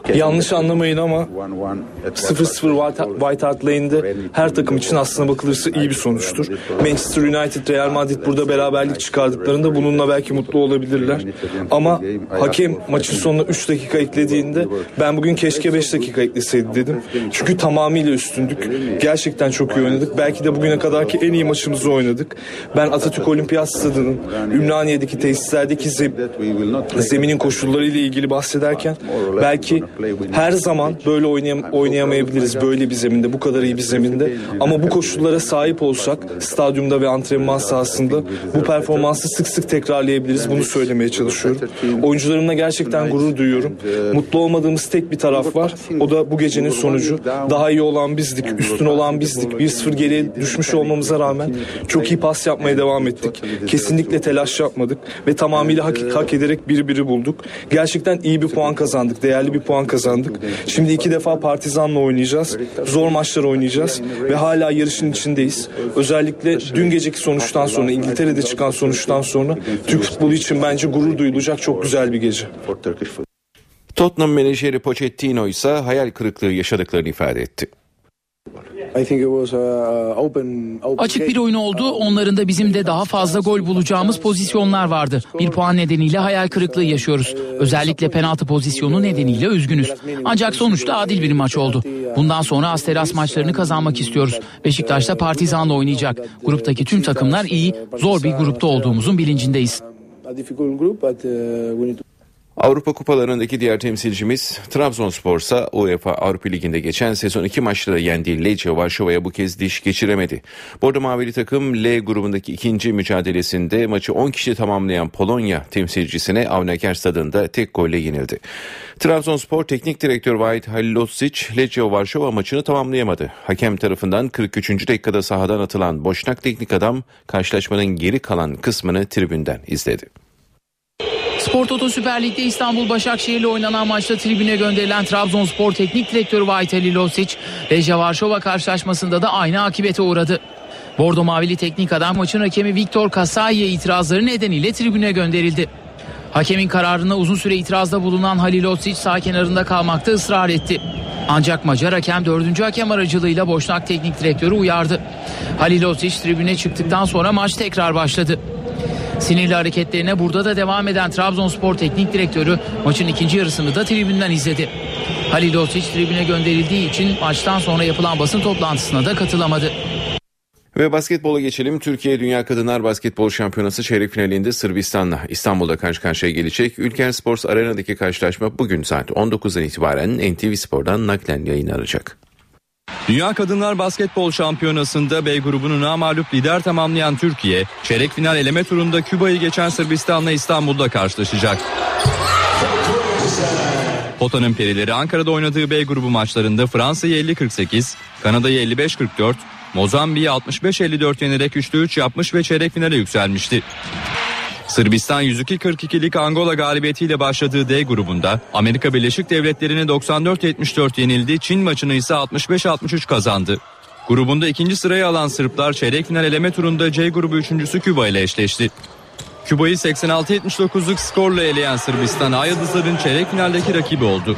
[SPEAKER 10] Yanlış anlamayın ama 0-0 White Hart Lane'de her takım için aslına bakılırsa iyi bir sonuçtur. Manchester United, Real Madrid burada beraberlik çıkardıklarında bununla belki mutlu olabilirler. Ama hakem maçın sonuna 3 dakika eklediğinde ben bugün keşke 5 dakika ekleseydi dedim. Çünkü tamamıyla üstündük. Gerçekten çok iyi oynadık. Belki de bugüne kadarki en iyi maçımızı oynadık. Ben Atatürk Olimpiyat Stadı'nın Ümraniye'deki tesislerdeki zeminin koşulları ile ilgili bahsederken belki her zaman böyle oynayamayabiliriz böyle bir zeminde, bu kadar iyi bir zeminde. Ama bu koşullara sahip olsak stadyumda ve antrenman sahasında bu performansı sık sık tekrarlayabiliriz. Bunu söylemeye çalışıyorum. Oyuncularımla gerçekten gurur duyuyorum. Mutlu olmadığımız tek bir taraf var. O da bu gecenin sonucu. Daha iyi olan bizdik, üstün olan bizdik. 1-0 geriye düşmüş olmamıza rağmen çok iyi pas yapmaya devam ettik. Kesinlikle telaş yapmadık ve tamamıyla hak ederek 1-1'i bulduk. Gerçekten iyi bir puan kazandık, değerli bir puan kazandık. Şimdi 2 defa Partizan'la oynayacağız. Zor maçlar oynayacağız ve hala yarışın içindeyiz. Özellikle dün geceki sonuçtan sonra, İngiltere'de çıkan sonuçtan sonra Türk futbolu için bence gurur duyulacak çok güzel bir gece.
[SPEAKER 28] Tottenham menajeri Pochettino ise hayal kırıklığı yaşadıklarını ifade etti.
[SPEAKER 11] Açık bir oyun oldu. Onların da bizim de daha fazla gol bulacağımız pozisyonlar vardı. Bir puan nedeniyle hayal kırıklığı yaşıyoruz. Özellikle penaltı pozisyonu nedeniyle üzgünüz. Ancak sonuçta adil bir maç oldu. Bundan sonra Asteras maçlarını kazanmak istiyoruz. Beşiktaş'ta Partizan'la oynayacak. Gruptaki tüm takımlar iyi. Zor bir grupta olduğumuzun bilincindeyiz.
[SPEAKER 28] Avrupa kupalarındaki diğer temsilcimiz Trabzonspor ise UEFA Avrupa Ligi'nde geçen sezon 2 maçta da yendiği Lechia Varşova'ya bu kez diş geçiremedi. Bordo Mavili takım L grubundaki ikinci mücadelesinde maçı 10 kişi tamamlayan Polonya temsilcisine Avnaker stadında tek golle yenildi. Trabzonspor Teknik Direktör Vahit Halilhodžić Lechia Varşova maçını tamamlayamadı. Hakem tarafından 43. dakikada sahadan atılan Boşnak teknik adam karşılaşmanın geri kalan kısmını tribünden izledi.
[SPEAKER 11] Spor Toto Süper Lig'de İstanbul Başakşehir'le oynanan maçta tribüne gönderilen Trabzonspor Teknik Direktörü Vahit Halilhodžić, Lechia Varşova karşılaşmasında da aynı akibete uğradı. Bordo Mavili teknik adam maçın hakemi Viktor Kasai'ye itirazları nedeniyle tribüne gönderildi. Hakemin kararına uzun süre itirazda bulunan Halilhodžić sağ kenarında kalmakta ısrar etti. Ancak Macar hakem 4. hakem aracılığıyla Boşnak Teknik Direktörü uyardı. Halilhodžić tribüne çıktıktan sonra maç tekrar başladı. Sinirli hareketlerine burada da devam eden Trabzonspor Teknik Direktörü maçın ikinci yarısını da tribünden izledi. Halilhodžić tribüne gönderildiği için maçtan sonra yapılan basın toplantısına da katılamadı.
[SPEAKER 28] Ve basketbola geçelim. Türkiye Dünya Kadınlar Basketbol Şampiyonası çeyrek finalinde Sırbistan'la İstanbul'da karşı karşıya gelecek. Ülker Sports Arena'daki karşılaşma bugün saat 19'dan itibaren NTV Spor'dan naklen yayınlanacak.
[SPEAKER 12] Dünya Kadınlar Basketbol Şampiyonası'nda B grubunu namağlup lider tamamlayan Türkiye, çeyrek final eleme turunda Küba'yı geçen Sırbistan'la İstanbul'da karşılaşacak. Pota'nın perileri Ankara'da oynadığı B grubu maçlarında Fransa'yı 50-48, Kanada'yı 55-44, Mozambik'i 65-54 yenerek 3'te 3 yapmış ve çeyrek finale yükselmişti. Sırbistan 102-42'lik Angola galibiyetiyle başladığı D grubunda Amerika Birleşik Devletleri'ne 94-74 yenildi. Çin maçını ise 65-63 kazandı. Grubunda ikinci sırayı alan Sırplar çeyrek final eleme turunda C grubu üçüncüsü Küba ile eşleşti. Küba'yı 86-79'luk skorla eleyen Sırbistan Ay Yıldızların çeyrek finaldeki rakibi oldu.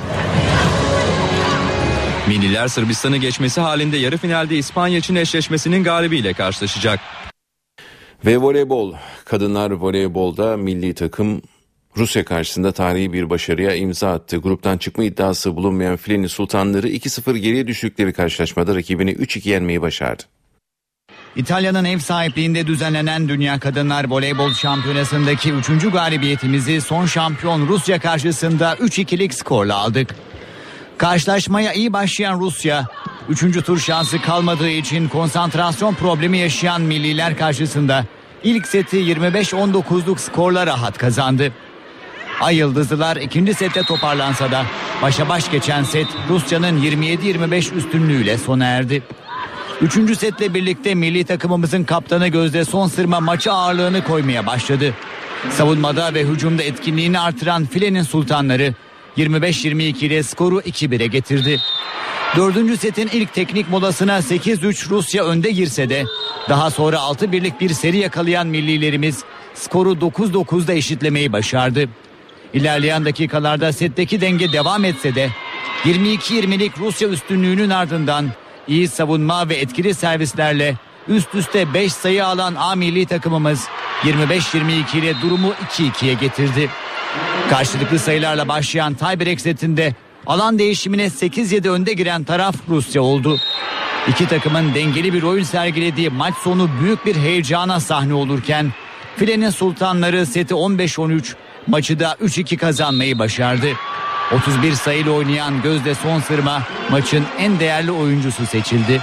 [SPEAKER 12] Milliler Sırbistan'ı geçmesi halinde yarı finalde İspanya-Çin eşleşmesinin galibiyle karşılaşacak.
[SPEAKER 28] Ve voleybol. Kadınlar voleybolda milli takım Rusya karşısında tarihi bir başarıya imza attı. Gruptan çıkma iddiası bulunmayan Filenin Sultanları 2-0 geriye düştükleri karşılaşmada rakibini 3-2 yenmeyi başardı.
[SPEAKER 16] İtalya'nın ev sahipliğinde düzenlenen Dünya Kadınlar Voleybol Şampiyonası'ndaki 3. galibiyetimizi son şampiyon Rusya karşısında 3-2'lik skorla aldık. Karşılaşmaya iyi başlayan Rusya, 3. tur şansı kalmadığı için konsantrasyon problemi yaşayan milliler karşısında ilk seti 25-19'luk skorla rahat kazandı. Ay Yıldızlılar ikinci sette toparlansa da başa baş geçen set Rusya'nın 27-25 üstünlüğüyle sona erdi. 3. setle birlikte milli takımımızın kaptanı Gözde Sonsırma maçı ağırlığını koymaya başladı. Savunmada ve hücumda etkinliğini artıran Filenin Sultanları 25-22 ile skoru 2-1'e getirdi. 4. setin ilk teknik molasına 8-3 Rusya önde girse de daha sonra 6-1'lik bir seri yakalayan millilerimiz skoru 9-9'da eşitlemeyi başardı. İlerleyen dakikalarda setteki denge devam etse de 22-20'lik Rusya üstünlüğünün ardından iyi savunma ve etkili servislerle üst üste 5 sayı alan A milli takımımız 25-22 ile durumu 2-2'ye getirdi. Karşılıklı sayılarla başlayan tiebreak setinde alan değişimine 8-7 önde giren taraf Rusya oldu. İki takımın dengeli bir oyun sergilediği maç sonu büyük bir heyecana sahne olurken filenin sultanları seti 15-13, maçı da 3-2 kazanmayı başardı. 31 sayıyla oynayan Gözde Sonsırma maçın en değerli oyuncusu seçildi.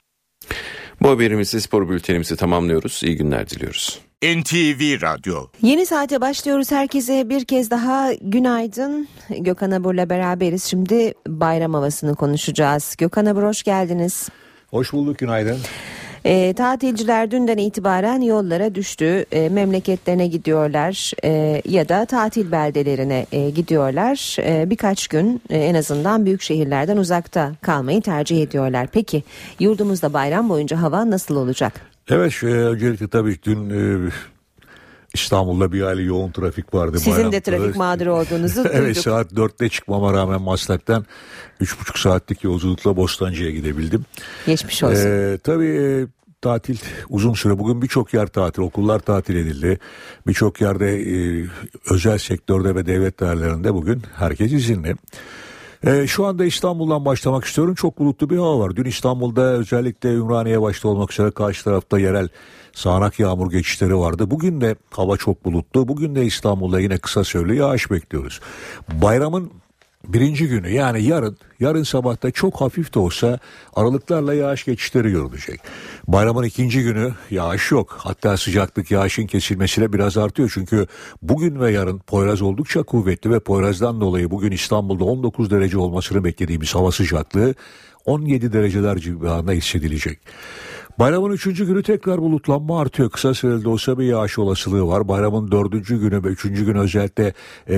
[SPEAKER 28] Bu haberimizi, spor bültenimizi tamamlıyoruz. İyi günler diliyoruz.
[SPEAKER 26] NTV Radyo.
[SPEAKER 2] Yeni saate başlıyoruz. Herkese bir kez daha günaydın. Gökhan Abur'la beraberiz. Şimdi bayram havasını konuşacağız. Gökhan Abur, hoş geldiniz.
[SPEAKER 4] Hoş bulduk, günaydın.
[SPEAKER 2] Tatilciler dünden itibaren yollara düştü. Memleketlerine gidiyorlar ya da tatil beldelerine gidiyorlar. Birkaç gün en azından büyük şehirlerden uzakta kalmayı tercih ediyorlar. Peki yurdumuzda bayram boyunca hava nasıl olacak?
[SPEAKER 4] Evet, öncelikle tabii dün İstanbul'da bir aile yoğun trafik vardı.
[SPEAKER 2] Sizin de trafik mağduru olduğunuzu duyduk.
[SPEAKER 4] Evet, saat 4'te çıkmama rağmen Maslak'tan 3,5 saatlik yolculukla Bostancı'ya gidebildim.
[SPEAKER 2] Geçmiş olsun.
[SPEAKER 4] Tabii tatil uzun süre. Bugün birçok yer tatil, okullar tatil edildi. Birçok yerde özel sektörde ve devlet dairelerinde bugün herkes izinli. Şu anda İstanbul'dan başlamak istiyorum. Çok bulutlu bir hava var. Dün İstanbul'da özellikle Ümraniye başta olmak üzere karşı tarafta yerel sağanak yağmur geçişleri vardı. Bugün de hava çok bulutlu. Bugün de İstanbul'da yine kısa süreli yağış bekliyoruz. Bayramın birinci günü, yani yarın sabahta çok hafif de olsa aralıklarla yağış geçişleri görülecek. Bayramın ikinci günü yağış yok. Hatta sıcaklık yağışın kesilmesiyle biraz artıyor. Çünkü bugün ve yarın Poyraz oldukça kuvvetli ve Poyraz'dan dolayı bugün İstanbul'da 19 derece olmasını beklediğimiz hava sıcaklığı 17 dereceler civarında hissedilecek. Bayramın 3. günü tekrar bulutlanma artıyor. Kısa süreli de olsa bir yağış olasılığı var. Bayramın 4. günü ve 3. günü özellikle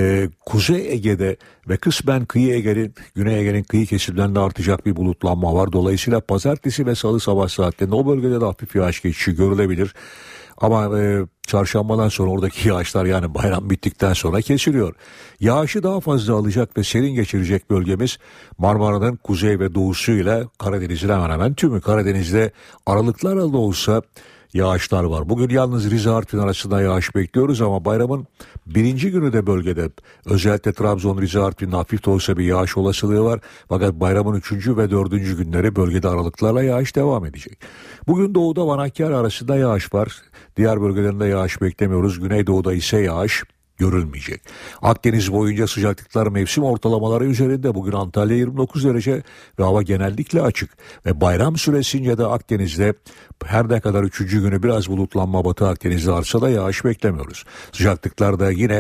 [SPEAKER 4] Kuzey Ege'de ve kısmen Güney Ege'nin kıyı kesimlerinde artacak bir bulutlanma var. Dolayısıyla pazartesi ve salı sabah saatlerinde o bölgede de hafif yağış geçişi görülebilir. Ama çarşambadan sonra oradaki yağışlar, yani bayram bittikten sonra kesiliyor. Yağışı daha fazla alacak ve serin geçirecek bölgemiz Marmara'nın kuzey ve doğusuyla Karadeniz'in hemen hemen tümü. Karadeniz'de aralıklarla da olsa yağışlar var. Bugün yalnız Rize Artvin arasında yağış bekliyoruz ama bayramın birinci günü de bölgede özellikle Trabzon, Rize Artvin'de hafif de olsa bir yağış olasılığı var. Fakat bayramın 3. ve 4. günleri bölgede aralıklarla yağış devam edecek. Bugün doğuda Van Hakkari arasında yağış var. Diğer bölgelerinde yağış beklemiyoruz. Güneydoğuda ise yağış görülmeyecek. Akdeniz boyunca sıcaklıklar mevsim ortalamaları üzerinde. Bugün Antalya 29 derece ve hava genellikle açık. Ve bayram süresince de Akdeniz'de her ne kadar 3. günü biraz bulutlanma Batı Akdeniz'de artsa da yağış beklemiyoruz. Sıcaklıklar da yine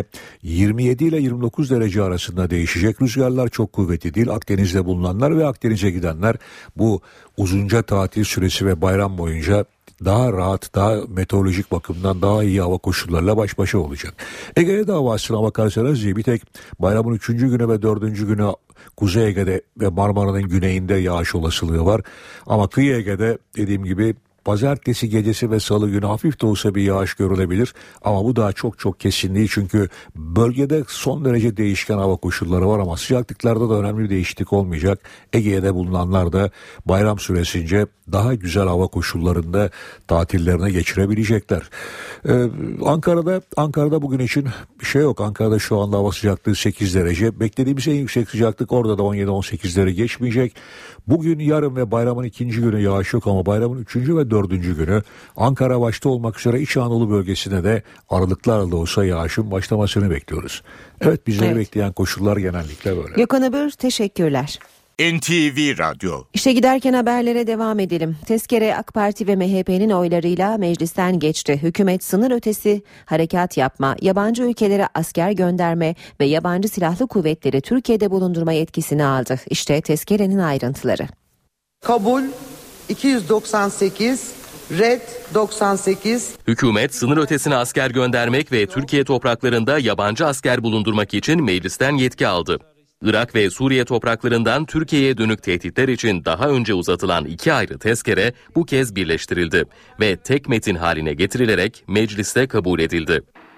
[SPEAKER 4] 27 ile 29 derece arasında değişecek. Rüzgarlar çok kuvvetli değil. Akdeniz'de bulunanlar ve Akdeniz'e gidenler bu uzunca tatil süresi ve bayram boyunca daha rahat, daha meteorolojik bakımdan daha iyi hava koşullarıyla baş başa olacak. Ege'ye de hava aslına bakarsanız bir tek bayramın 3. günü ve 4. günü Kuzey Ege'de ve Marmara'nın güneyinde yağış olasılığı var. Ama kıyı Ege'de dediğim gibi pazartesi gecesi ve salı günü hafif de olsa bir yağış görülebilir. Ama bu daha çok kesin değil. Çünkü bölgede son derece değişken hava koşulları var ama sıcaklıklarda da önemli bir değişiklik olmayacak. Ege'de bulunanlar da bayram süresince daha güzel hava koşullarında tatillerine geçirebilecekler. Ankara'da bugün için bir şey yok. Ankara'da şu anda hava sıcaklığı 8 derece. Beklediğimiz en yüksek sıcaklık orada da 17-18'leri geçmeyecek. Bugün, yarın ve bayramın 2. günü yağış yok ama bayramın 3. ve 4. günü Ankara başta olmak üzere İç Anadolu bölgesine de aralıklarla da olsa yağışın başlamasını bekliyoruz. Evet, bizleri bekleyen koşullar genellikle böyle.
[SPEAKER 2] Gökhan Abur, teşekkürler.
[SPEAKER 26] NTV Radyo.
[SPEAKER 2] İşe giderken haberlere devam edelim. Tezkere AK Parti ve MHP'nin oylarıyla meclisten geçti. Hükümet sınır ötesi harekat yapma, yabancı ülkelere asker gönderme ve yabancı silahlı kuvvetleri Türkiye'de bulundurma yetkisini aldı. İşte tezkerenin ayrıntıları.
[SPEAKER 6] Kabul 298, red 98.
[SPEAKER 17] Hükümet sınır ötesine asker göndermek ve Türkiye topraklarında yabancı asker bulundurmak için meclisten yetki aldı. Irak ve Suriye topraklarından Türkiye'ye dönük tehditler için daha önce uzatılan 2 ayrı tezkere bu kez birleştirildi ve tek metin haline getirilerek mecliste kabul edildi.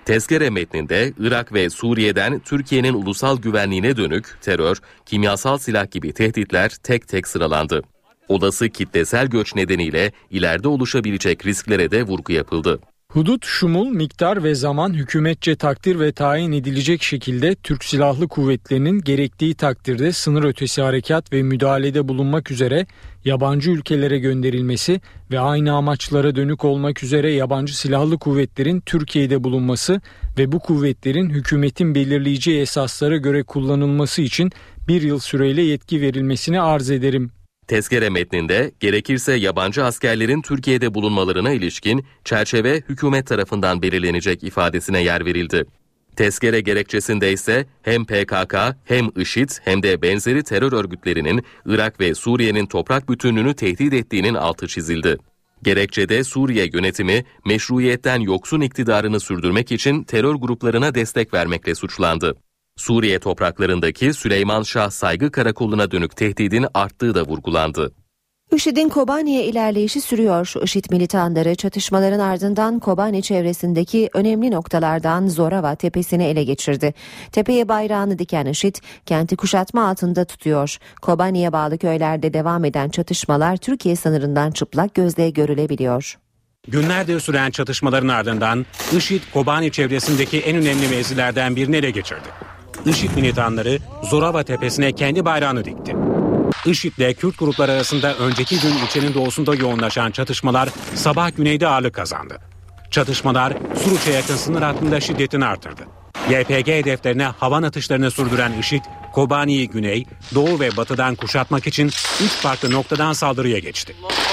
[SPEAKER 17] Tezkere metninde Irak ve Suriye'den Türkiye'nin ulusal güvenliğine dönük terör, kimyasal silah gibi tehditler tek tek sıralandı. Olası kitlesel göç nedeniyle ileride oluşabilecek risklere de vurgu yapıldı.
[SPEAKER 7] Hudut, şumul, miktar ve zaman hükümetçe takdir ve tayin edilecek şekilde Türk Silahlı Kuvvetleri'nin gerektiği takdirde sınır ötesi harekat ve müdahalede bulunmak üzere yabancı ülkelere gönderilmesi ve aynı amaçlara dönük olmak üzere yabancı silahlı kuvvetlerin Türkiye'de bulunması ve bu kuvvetlerin hükümetin belirleyeceği esaslara göre kullanılması için 1 yıl süreyle yetki verilmesini arz ederim.
[SPEAKER 17] Tezkere metninde gerekirse yabancı askerlerin Türkiye'de bulunmalarına ilişkin çerçeve hükümet tarafından belirlenecek ifadesine yer verildi. Tezkere gerekçesinde ise hem PKK hem IŞİD hem de benzeri terör örgütlerinin Irak ve Suriye'nin toprak bütünlüğünü tehdit ettiğinin altı çizildi. Gerekçede Suriye yönetimi meşruiyetten yoksun iktidarını sürdürmek için terör gruplarına destek vermekle suçlandı. Suriye topraklarındaki Süleyman Şah Saygı Karakolu'na dönük tehdidin arttığı da vurgulandı.
[SPEAKER 2] IŞİD'in Kobani'ye ilerleyişi sürüyor. IŞİD militanları çatışmaların ardından Kobani çevresindeki önemli noktalardan Zorava tepesini ele geçirdi. Tepeye bayrağını diken IŞİD kenti kuşatma altında tutuyor. Kobani'ye bağlı köylerde devam eden çatışmalar Türkiye sınırından çıplak gözle görülebiliyor.
[SPEAKER 18] Günlerdir süren çatışmaların ardından IŞİD Kobani çevresindeki en önemli mevzilerden birini ele geçirdi. IŞİD militanları Zorava tepesine kendi bayrağını dikti. IŞİD ile Kürt grupları arasında önceki gün ilçenin doğusunda yoğunlaşan çatışmalar sabah güneyde ağırlık kazandı. Çatışmalar Suruç'a yakın sınır hattında şiddetini artırdı. YPG hedeflerine havan atışlarını sürdüren IŞİD, Kobani'yi güney, doğu ve batıdan kuşatmak için 3 farklı noktadan saldırıya geçti.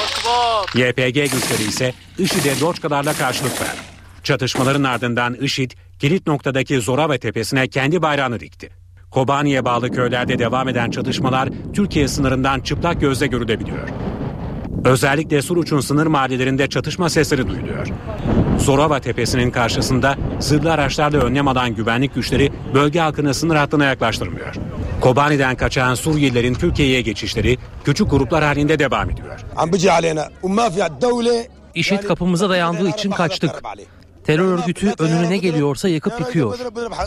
[SPEAKER 18] YPG güçleri ise IŞİD'e loçkalarla karşılık verdi. Çatışmaların ardından IŞİD, kilit noktadaki Zorava tepesine kendi bayrağını dikti. Kobani'ye bağlı köylerde devam eden çatışmalar Türkiye sınırından çıplak gözle görülebiliyor. Özellikle Suruç'un sınır mahallelerinde çatışma sesleri duyuluyor. Zorava tepesinin karşısında zırhlı araçlarla önlem alan güvenlik güçleri bölge halkını sınır hattına yaklaştırmıyor. Kobani'den kaçan Suriyelilerin Türkiye'ye geçişleri küçük gruplar halinde devam ediyor.
[SPEAKER 19] IŞİD kapımıza dayandığı için kaçtık. Terör örgütü önüne ne geliyorsa yakıp yıkıyor.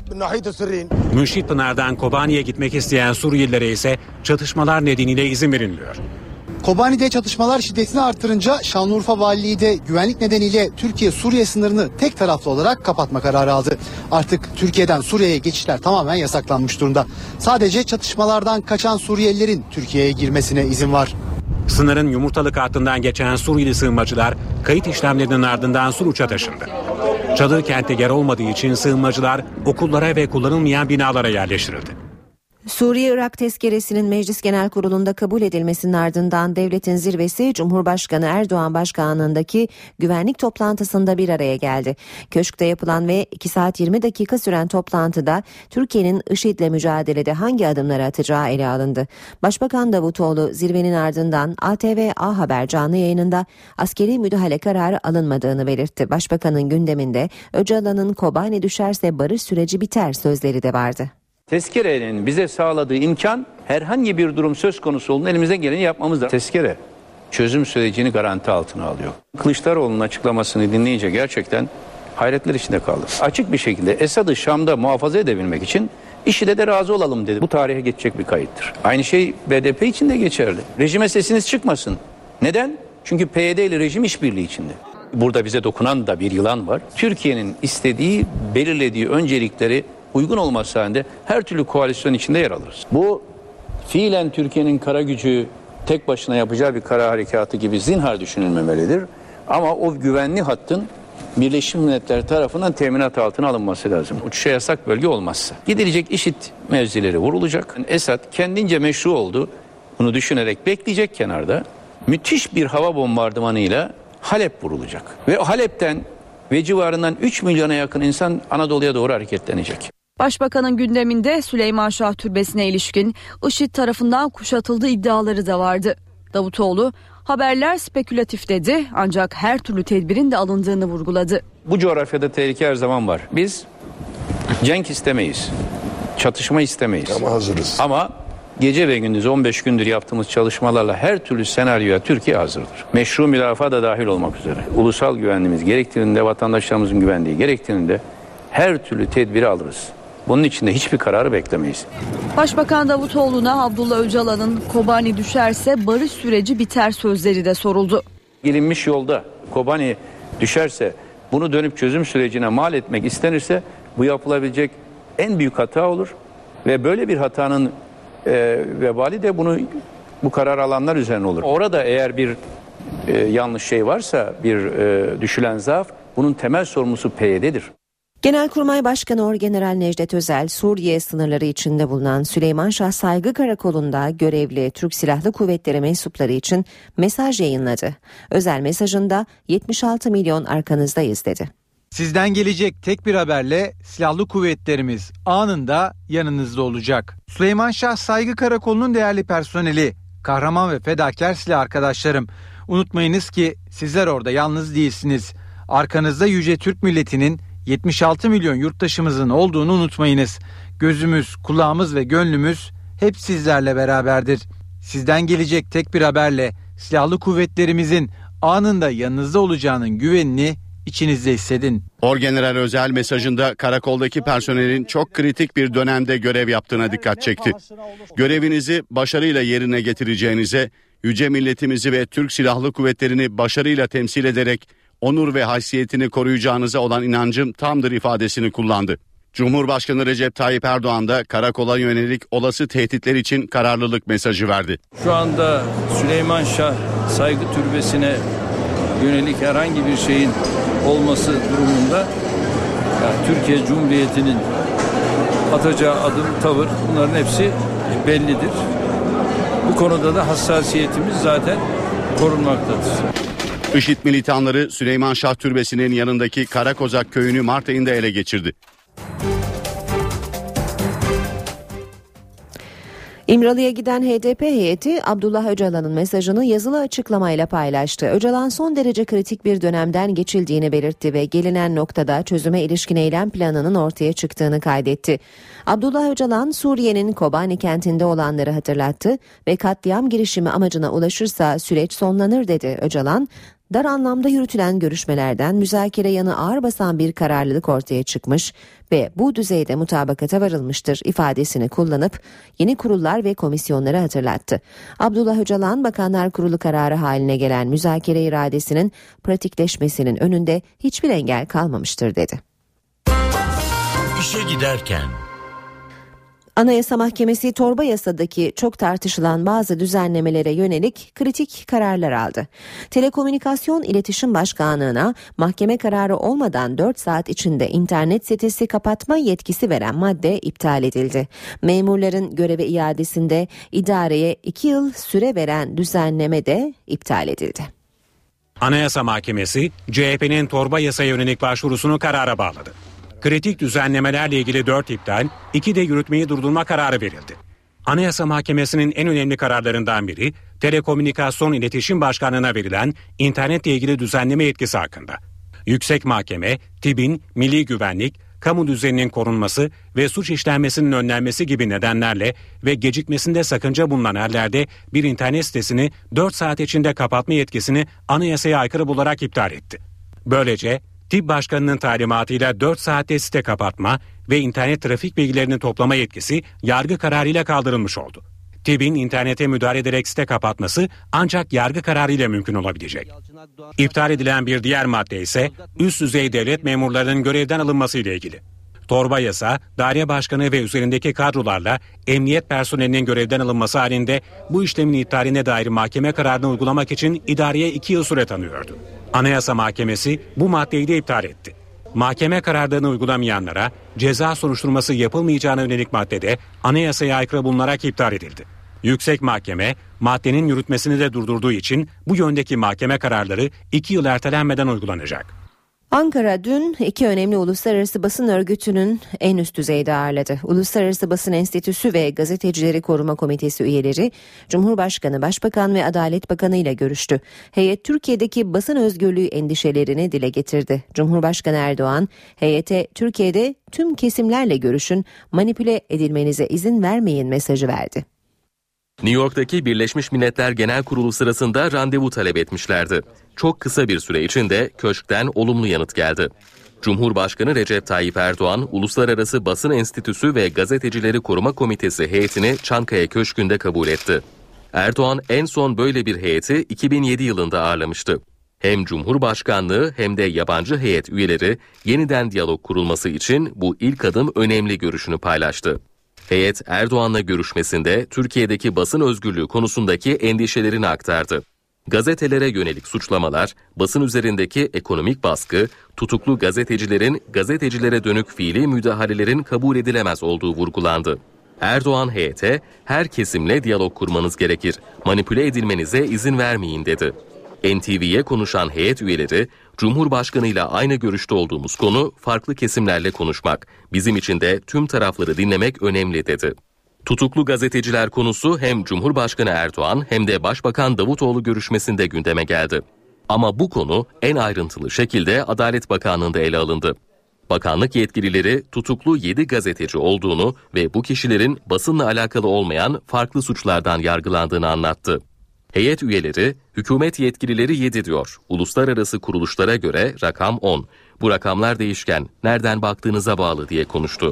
[SPEAKER 18] Mürşit Pınar'dan Kobani'ye gitmek isteyen Suriyelilere ise çatışmalar nedeniyle izin verilmiyor.
[SPEAKER 22] Kobani'de çatışmalar şiddetini artırınca Şanlıurfa Valiliği de güvenlik nedeniyle Türkiye-Suriye sınırını tek taraflı olarak kapatma kararı aldı. Artık Türkiye'den Suriye'ye geçişler tamamen yasaklanmış durumda. Sadece çatışmalardan kaçan Suriyelilerin Türkiye'ye girmesine izin var.
[SPEAKER 18] Sınırın Yumurtalık hattından geçen Suriyeli sığınmacılar kayıt işlemlerinin ardından Suruç'a taşındı. Çadır kentte yer olmadığı için sığınmacılar okullara ve kullanılmayan binalara yerleştirildi.
[SPEAKER 2] Suriye-Irak tezkeresinin Meclis Genel Kurulu'nda kabul edilmesinin ardından devletin zirvesi Cumhurbaşkanı Erdoğan başkanlığındaki güvenlik toplantısında bir araya geldi. Köşkte yapılan ve 2 saat 20 dakika süren toplantıda Türkiye'nin IŞİD'le mücadelede hangi adımları atacağı ele alındı. Başbakan Davutoğlu zirvenin ardından ATV A Haber canlı yayınında askeri müdahale kararı alınmadığını belirtti. Başbakanın gündeminde Öcalan'ın Kobani düşerse barış süreci biter sözleri de vardı.
[SPEAKER 23] Tezkerenin bize sağladığı imkan herhangi bir durum söz konusu olduğunda elimizden geleni yapmamız da. Tezkere çözüm sürecini garanti altına alıyor. Kılıçdaroğlu'nun açıklamasını dinleyince gerçekten hayretler içinde kaldım. Açık bir şekilde Esad'ı Şam'da muhafaza edebilmek için IŞİD'e de razı olalım dedi. Bu tarihe geçecek bir kayıttır. Aynı şey BDP için de geçerli. Rejime sesiniz çıkmasın. Neden? Çünkü PYD ile rejim işbirliği içinde. Burada bize dokunan da bir yılan var. Türkiye'nin istediği, belirlediği öncelikleri uygun olması halinde her türlü koalisyon içinde yer alırız. Bu fiilen Türkiye'nin kara gücü tek başına yapacağı bir kara harekatı gibi zinhar düşünülmemelidir. Ama o güvenli hattın Birleşmiş Milletler tarafından teminat altına alınması lazım. Uçuşa yasak bölge olmazsa. Gidilecek IŞİD mevzileri vurulacak. Esad kendince meşru oldu. Bunu düşünerek bekleyecek kenarda. Müthiş bir hava bombardımanıyla Halep vurulacak. Ve Halep'ten ve civarından 3 milyona yakın insan Anadolu'ya doğru hareketlenecek.
[SPEAKER 24] Başbakanın gündeminde Süleyman Şah Türbesi'ne ilişkin IŞİD tarafından kuşatıldığı iddiaları da vardı. Davutoğlu, haberler spekülatif dedi ancak her türlü tedbirin de alındığını vurguladı.
[SPEAKER 23] Bu coğrafyada tehlike her zaman var. Biz cenk istemeyiz, çatışma istemeyiz. Ama hazırız. Ama gece ve gündüz 15 gündür yaptığımız çalışmalarla her türlü senaryoya Türkiye hazırdır. Meşru müdafaa da dahil olmak üzere. Ulusal güvenliğimiz gerektiğinde, vatandaşlarımızın güvenliği gerektiğinde her türlü tedbiri alırız. Bunun için de hiçbir kararı beklemeyiz.
[SPEAKER 24] Başbakan Davutoğlu'na Abdullah Öcalan'ın Kobani düşerse barış süreci biter sözleri de soruldu.
[SPEAKER 23] Gelinmiş yolda Kobani düşerse bunu dönüp çözüm sürecine mal etmek istenirse bu yapılabilecek en büyük hata olur. Ve böyle bir hatanın vebali de bu karar alanlar üzerine olur. Orada eğer bir yanlış şey varsa, bir düşülen zaaf, bunun temel sorumlusu PYD'dir.
[SPEAKER 2] Genelkurmay Başkanı Orgeneral Necdet Özel, Suriye sınırları içinde bulunan Süleymanşah Saygı Karakolu'nda görevli Türk Silahlı Kuvvetleri mensupları için mesaj yayınladı. Özel mesajında 76 milyon arkanızdayız dedi.
[SPEAKER 1] Sizden gelecek tek bir haberle silahlı kuvvetlerimiz anında yanınızda olacak. Süleymanşah Saygı Karakolu'nun değerli personeli, kahraman ve fedakar silah arkadaşlarım. Unutmayınız ki sizler orada yalnız değilsiniz. Arkanızda yüce Türk milletinin 76 milyon yurttaşımızın olduğunu unutmayınız. Gözümüz, kulağımız ve gönlümüz hep sizlerle beraberdir. Sizden gelecek tek bir haberle silahlı kuvvetlerimizin anında yanınızda olacağının güvenini içinizde hissedin.
[SPEAKER 3] Orgeneral Özel mesajında karakoldaki personelin çok kritik bir dönemde görev yaptığına dikkat çekti. Görevinizi başarıyla yerine getireceğinize, yüce milletimizi ve Türk Silahlı Kuvvetleri'ni başarıyla temsil ederek onur ve haysiyetini koruyacağınıza olan inancım tamdır ifadesini kullandı. Cumhurbaşkanı Recep Tayyip Erdoğan da karakola yönelik olası tehditler için kararlılık mesajı verdi.
[SPEAKER 5] Şu anda Süleymanşah Saygı Türbesi'ne yönelik herhangi bir şeyin olması durumunda Türkiye Cumhuriyeti'nin atacağı adım, tavır, bunların hepsi bellidir. Bu konuda da hassasiyetimiz zaten korunmaktadır.
[SPEAKER 3] IŞİD militanları Süleymanşah Türbesi'nin yanındaki Karakozak köyünü Mart ayında ele geçirdi.
[SPEAKER 2] İmralı'ya giden HDP heyeti Abdullah Öcalan'ın mesajını yazılı açıklamayla paylaştı. Öcalan son derece kritik bir dönemden geçildiğini belirtti ve gelinen noktada çözüme ilişkin eylem planının ortaya çıktığını kaydetti. Abdullah Öcalan Suriye'nin Kobani kentinde olanları hatırlattı ve katliam girişimi amacına ulaşırsa süreç sonlanır dedi. Öcalan, dar anlamda yürütülen görüşmelerden müzakere yanı ağır basan bir kararlılık ortaya çıkmış ve bu düzeyde mutabakata varılmıştır ifadesini kullanıp yeni kurullar ve komisyonları hatırlattı. Abdullah Öcalan, Bakanlar Kurulu kararı haline gelen müzakere iradesinin pratikleşmesinin önünde hiçbir engel kalmamıştır dedi.
[SPEAKER 9] İşe giderken
[SPEAKER 2] Anayasa Mahkemesi torba yasadaki çok tartışılan bazı düzenlemelere yönelik kritik kararlar aldı. Telekomünikasyon İletişim Başkanlığı'na mahkeme kararı olmadan 4 saat içinde internet sitesi kapatma yetkisi veren madde iptal edildi. Memurların göreve iadesinde idareye 2 yıl süre veren düzenleme de iptal edildi.
[SPEAKER 18] Anayasa Mahkemesi CHP'nin torba yasaya yönelik başvurusunu karara bağladı. Kritik düzenlemelerle ilgili 4 iptal, 2 de yürütmeyi durdurma kararı verildi. Anayasa Mahkemesi'nin en önemli kararlarından biri, Telekomünikasyon İletişim Başkanlığı'na verilen internetle ilgili düzenleme yetkisi hakkında. Yüksek Mahkeme, TİB'in milli güvenlik, kamu düzeninin korunması ve suç işlenmesinin önlenmesi gibi nedenlerle ve gecikmesinde sakınca bulunan yerlerde bir internet sitesini 4 saat içinde kapatma yetkisini anayasaya aykırı bularak iptal etti. Böylece TİB Başkanı'nın talimatıyla 4 saatte site kapatma ve internet trafik bilgilerini toplama yetkisi yargı kararıyla kaldırılmış oldu. TİB'in internete müdahale ederek site kapatması ancak yargı kararıyla mümkün olabilecek. İptal edilen bir diğer madde ise üst düzey devlet memurlarının görevden alınması ile ilgili. Torba yasa, daire başkanı ve üzerindeki kadrolarla emniyet personelinin görevden alınması halinde bu işlemin iptaline dair mahkeme kararını uygulamak için idareye 2 yıl süre tanıyordu. Anayasa Mahkemesi bu maddeyi de iptal etti. Mahkeme kararlarını uygulamayanlara ceza soruşturması yapılmayacağına yönelik maddede anayasaya aykırı bulunarak iptal edildi. Yüksek Mahkeme maddenin yürütmesini de durdurduğu için bu yöndeki mahkeme kararları 2 yıl ertelenmeden uygulanacak.
[SPEAKER 2] Ankara dün 2 önemli uluslararası basın örgütünün en üst düzeyde ağırladı. Uluslararası Basın Enstitüsü ve Gazetecileri Koruma Komitesi üyeleri Cumhurbaşkanı, Başbakan ve Adalet Bakanı ile görüştü. Heyet Türkiye'deki basın özgürlüğü endişelerini dile getirdi. Cumhurbaşkanı Erdoğan, heyete Türkiye'de tüm kesimlerle görüşün, manipüle edilmenize izin vermeyin mesajı verdi.
[SPEAKER 17] New York'taki Birleşmiş Milletler Genel Kurulu sırasında randevu talep etmişlerdi. Çok kısa bir süre içinde köşkten olumlu yanıt geldi. Cumhurbaşkanı Recep Tayyip Erdoğan, Uluslararası Basın Enstitüsü ve Gazetecileri Koruma Komitesi heyetini Çankaya Köşkü'nde kabul etti. Erdoğan en son böyle bir heyeti 2007 yılında ağırlamıştı. Hem Cumhurbaşkanlığı hem de yabancı heyet üyeleri yeniden diyalog kurulması için bu ilk adım önemli görüşünü paylaştı. Heyet Erdoğan'la görüşmesinde Türkiye'deki basın özgürlüğü konusundaki endişelerini aktardı. Gazetelere yönelik suçlamalar, basın üzerindeki ekonomik baskı, tutuklu gazetecilerin gazetecilere dönük fiili müdahalelerin kabul edilemez olduğu vurgulandı. Erdoğan heyete her kesimle diyalog kurmanız gerekir, manipüle edilmenize izin vermeyin dedi. NTV'ye konuşan heyet üyeleri, Cumhurbaşkanıyla aynı görüşte olduğumuz konu farklı kesimlerle konuşmak, bizim için de tüm tarafları dinlemek önemli dedi. Tutuklu gazeteciler konusu hem Cumhurbaşkanı Erdoğan hem de Başbakan Davutoğlu görüşmesinde gündeme geldi. Ama bu konu en ayrıntılı şekilde Adalet Bakanlığı'nda ele alındı. Bakanlık yetkilileri tutuklu 7 gazeteci olduğunu ve bu kişilerin basınla alakalı olmayan farklı suçlardan yargılandığını anlattı. Heyet üyeleri, hükümet yetkilileri 7 diyor. Uluslararası kuruluşlara göre rakam 10. Bu rakamlar değişken, nereden baktığınıza bağlı diye konuştu.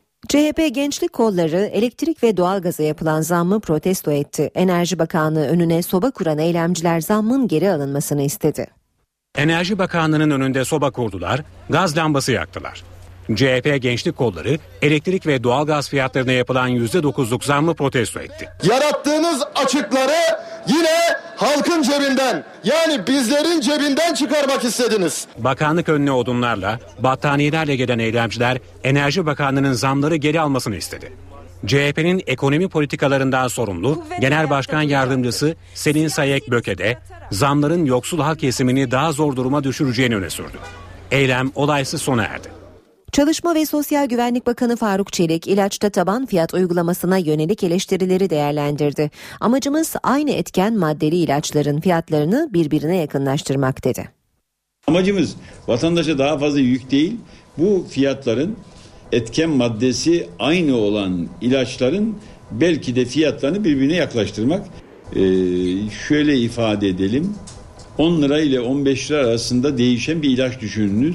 [SPEAKER 2] CHP Gençlik Kolları elektrik ve doğalgaza yapılan zammı protesto etti. Enerji Bakanlığı önüne soba kuran eylemciler zammın geri alınmasını istedi.
[SPEAKER 18] Enerji Bakanlığı'nın önünde soba kurdular, gaz lambası yaktılar. CHP Gençlik Kolları elektrik ve doğalgaz fiyatlarına yapılan %9'luk zammı protesto etti.
[SPEAKER 8] Yarattığınız açıkları yine halkın cebinden, yani bizlerin cebinden çıkarmak istediniz.
[SPEAKER 18] Bakanlık önüne odunlarla, battaniyelerle gelen eylemciler Enerji Bakanlığı'nın zamları geri almasını istedi. CHP'nin ekonomi politikalarından sorumlu Genel Başkan Yardımcısı Selin Sayek Böke'de zamların yoksul halk kesimini daha zor duruma düşüreceğini öne sürdü. Eylem olaysız sona erdi.
[SPEAKER 2] Çalışma ve Sosyal Güvenlik Bakanı Faruk Çelik, ilaçta taban fiyat uygulamasına yönelik eleştirileri değerlendirdi. Amacımız aynı etken maddeli ilaçların fiyatlarını birbirine yakınlaştırmak dedi.
[SPEAKER 13] Amacımız vatandaşa daha fazla yük değil, bu fiyatların etken maddesi aynı olan ilaçların belki de fiyatlarını birbirine yaklaştırmak. Şöyle ifade edelim, 10 lira ile 15 lira arasında değişen bir ilaç düşününüz.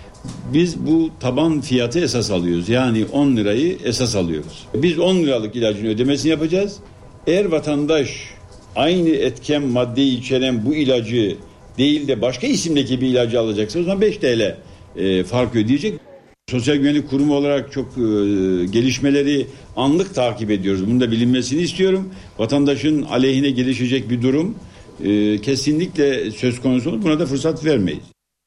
[SPEAKER 13] Biz bu taban fiyatı esas alıyoruz. Yani 10 lirayı esas alıyoruz. Biz 10 liralık ilacın ödemesini yapacağız. Eğer vatandaş aynı etken maddeyi içeren bu ilacı değil de başka isimdeki bir ilacı alacaksa o zaman 5 TL fark ödeyecek. Sosyal Güvenlik Kurumu olarak çok gelişmeleri anlık takip ediyoruz. Bunun da bilinmesini istiyorum. Vatandaşın aleyhine gelişecek bir durum kesinlikle söz konusu olur. Buna da fırsat vermeyiz.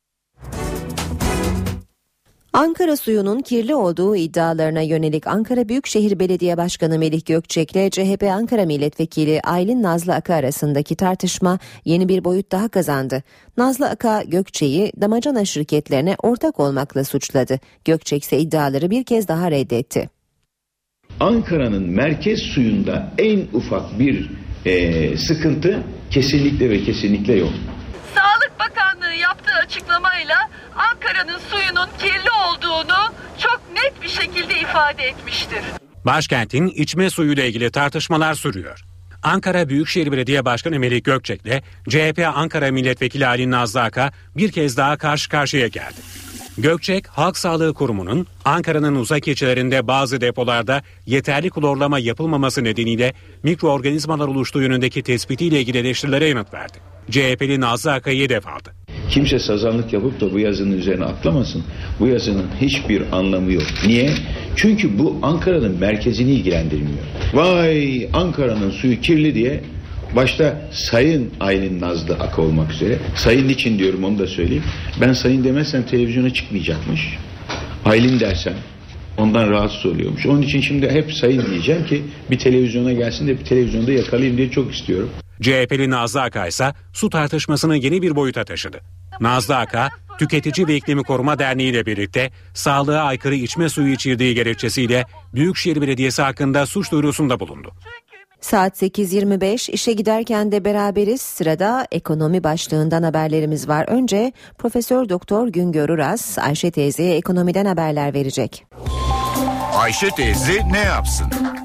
[SPEAKER 2] Ankara suyunun kirli olduğu iddialarına yönelik Ankara Büyükşehir Belediye Başkanı Melih Gökçek ile CHP Ankara Milletvekili Aylin Nazlı Aka arasındaki tartışma yeni bir boyut daha kazandı. Nazlı Aka, Gökçek'i damacana şirketlerine ortak olmakla suçladı. Gökçek ise iddiaları bir kez daha reddetti.
[SPEAKER 14] Ankara'nın merkez suyunda en ufak bir sıkıntı kesinlikle ve kesinlikle yok.
[SPEAKER 15] Sağlık Bakanlığı yaptığı açıklamayla Ankara'nın suyunun kirli olduğunu çok net bir şekilde ifade etmiştir.
[SPEAKER 18] Başkentin içme suyuyla ilgili tartışmalar sürüyor. Ankara Büyükşehir Belediye Başkanı Melih Gökçek ile CHP Ankara Milletvekili Aylin Nazlı Aka bir kez daha karşı karşıya geldi. Gökçek, Halk Sağlığı Kurumu'nun Ankara'nın uzak ilçelerinde bazı depolarda yeterli klorlama yapılmaması nedeniyle mikroorganizmalar oluştuğu yönündeki tespitiyle ilgili eleştirilere yanıt verdi. CHP'li Nazlı Aka'yı hedef aldı.
[SPEAKER 14] Kimse sazanlık yapıp da bu yazının üzerine atlamasın. Bu yazının hiçbir anlamı yok. Niye? Çünkü bu Ankara'nın merkezini ilgilendirmiyor. Vay Ankara'nın suyu kirli diye başta Sayın Aylin Nazlı Aka olmak üzere. Sayın için diyorum, onu da söyleyeyim. Ben sayın demezsem televizyona çıkmayacakmış. Aylin dersem ondan rahatsız oluyormuş. Onun için şimdi hep sayın diyeceğim ki bir televizyona gelsin de bir televizyonda yakalayayım diye çok istiyorum.
[SPEAKER 18] CHP'li Nazlı Aka ise su tartışmasını yeni bir boyuta taşıdı. Nazlı Aka, Tüketici ve İklimi Koruma Derneği ile birlikte sağlığa aykırı içme suyu içirdiği gerekçesiyle Büyükşehir Belediyesi hakkında suç duyurusunda bulundu.
[SPEAKER 2] Saat 8.25, işe giderken de beraberiz. Sırada ekonomi başlığından haberlerimiz var. Önce Profesör Doktor Güngör Uras, Ayşe teyzeye ekonomiden haberler verecek.
[SPEAKER 26] Ayşe teyze ne yapsın?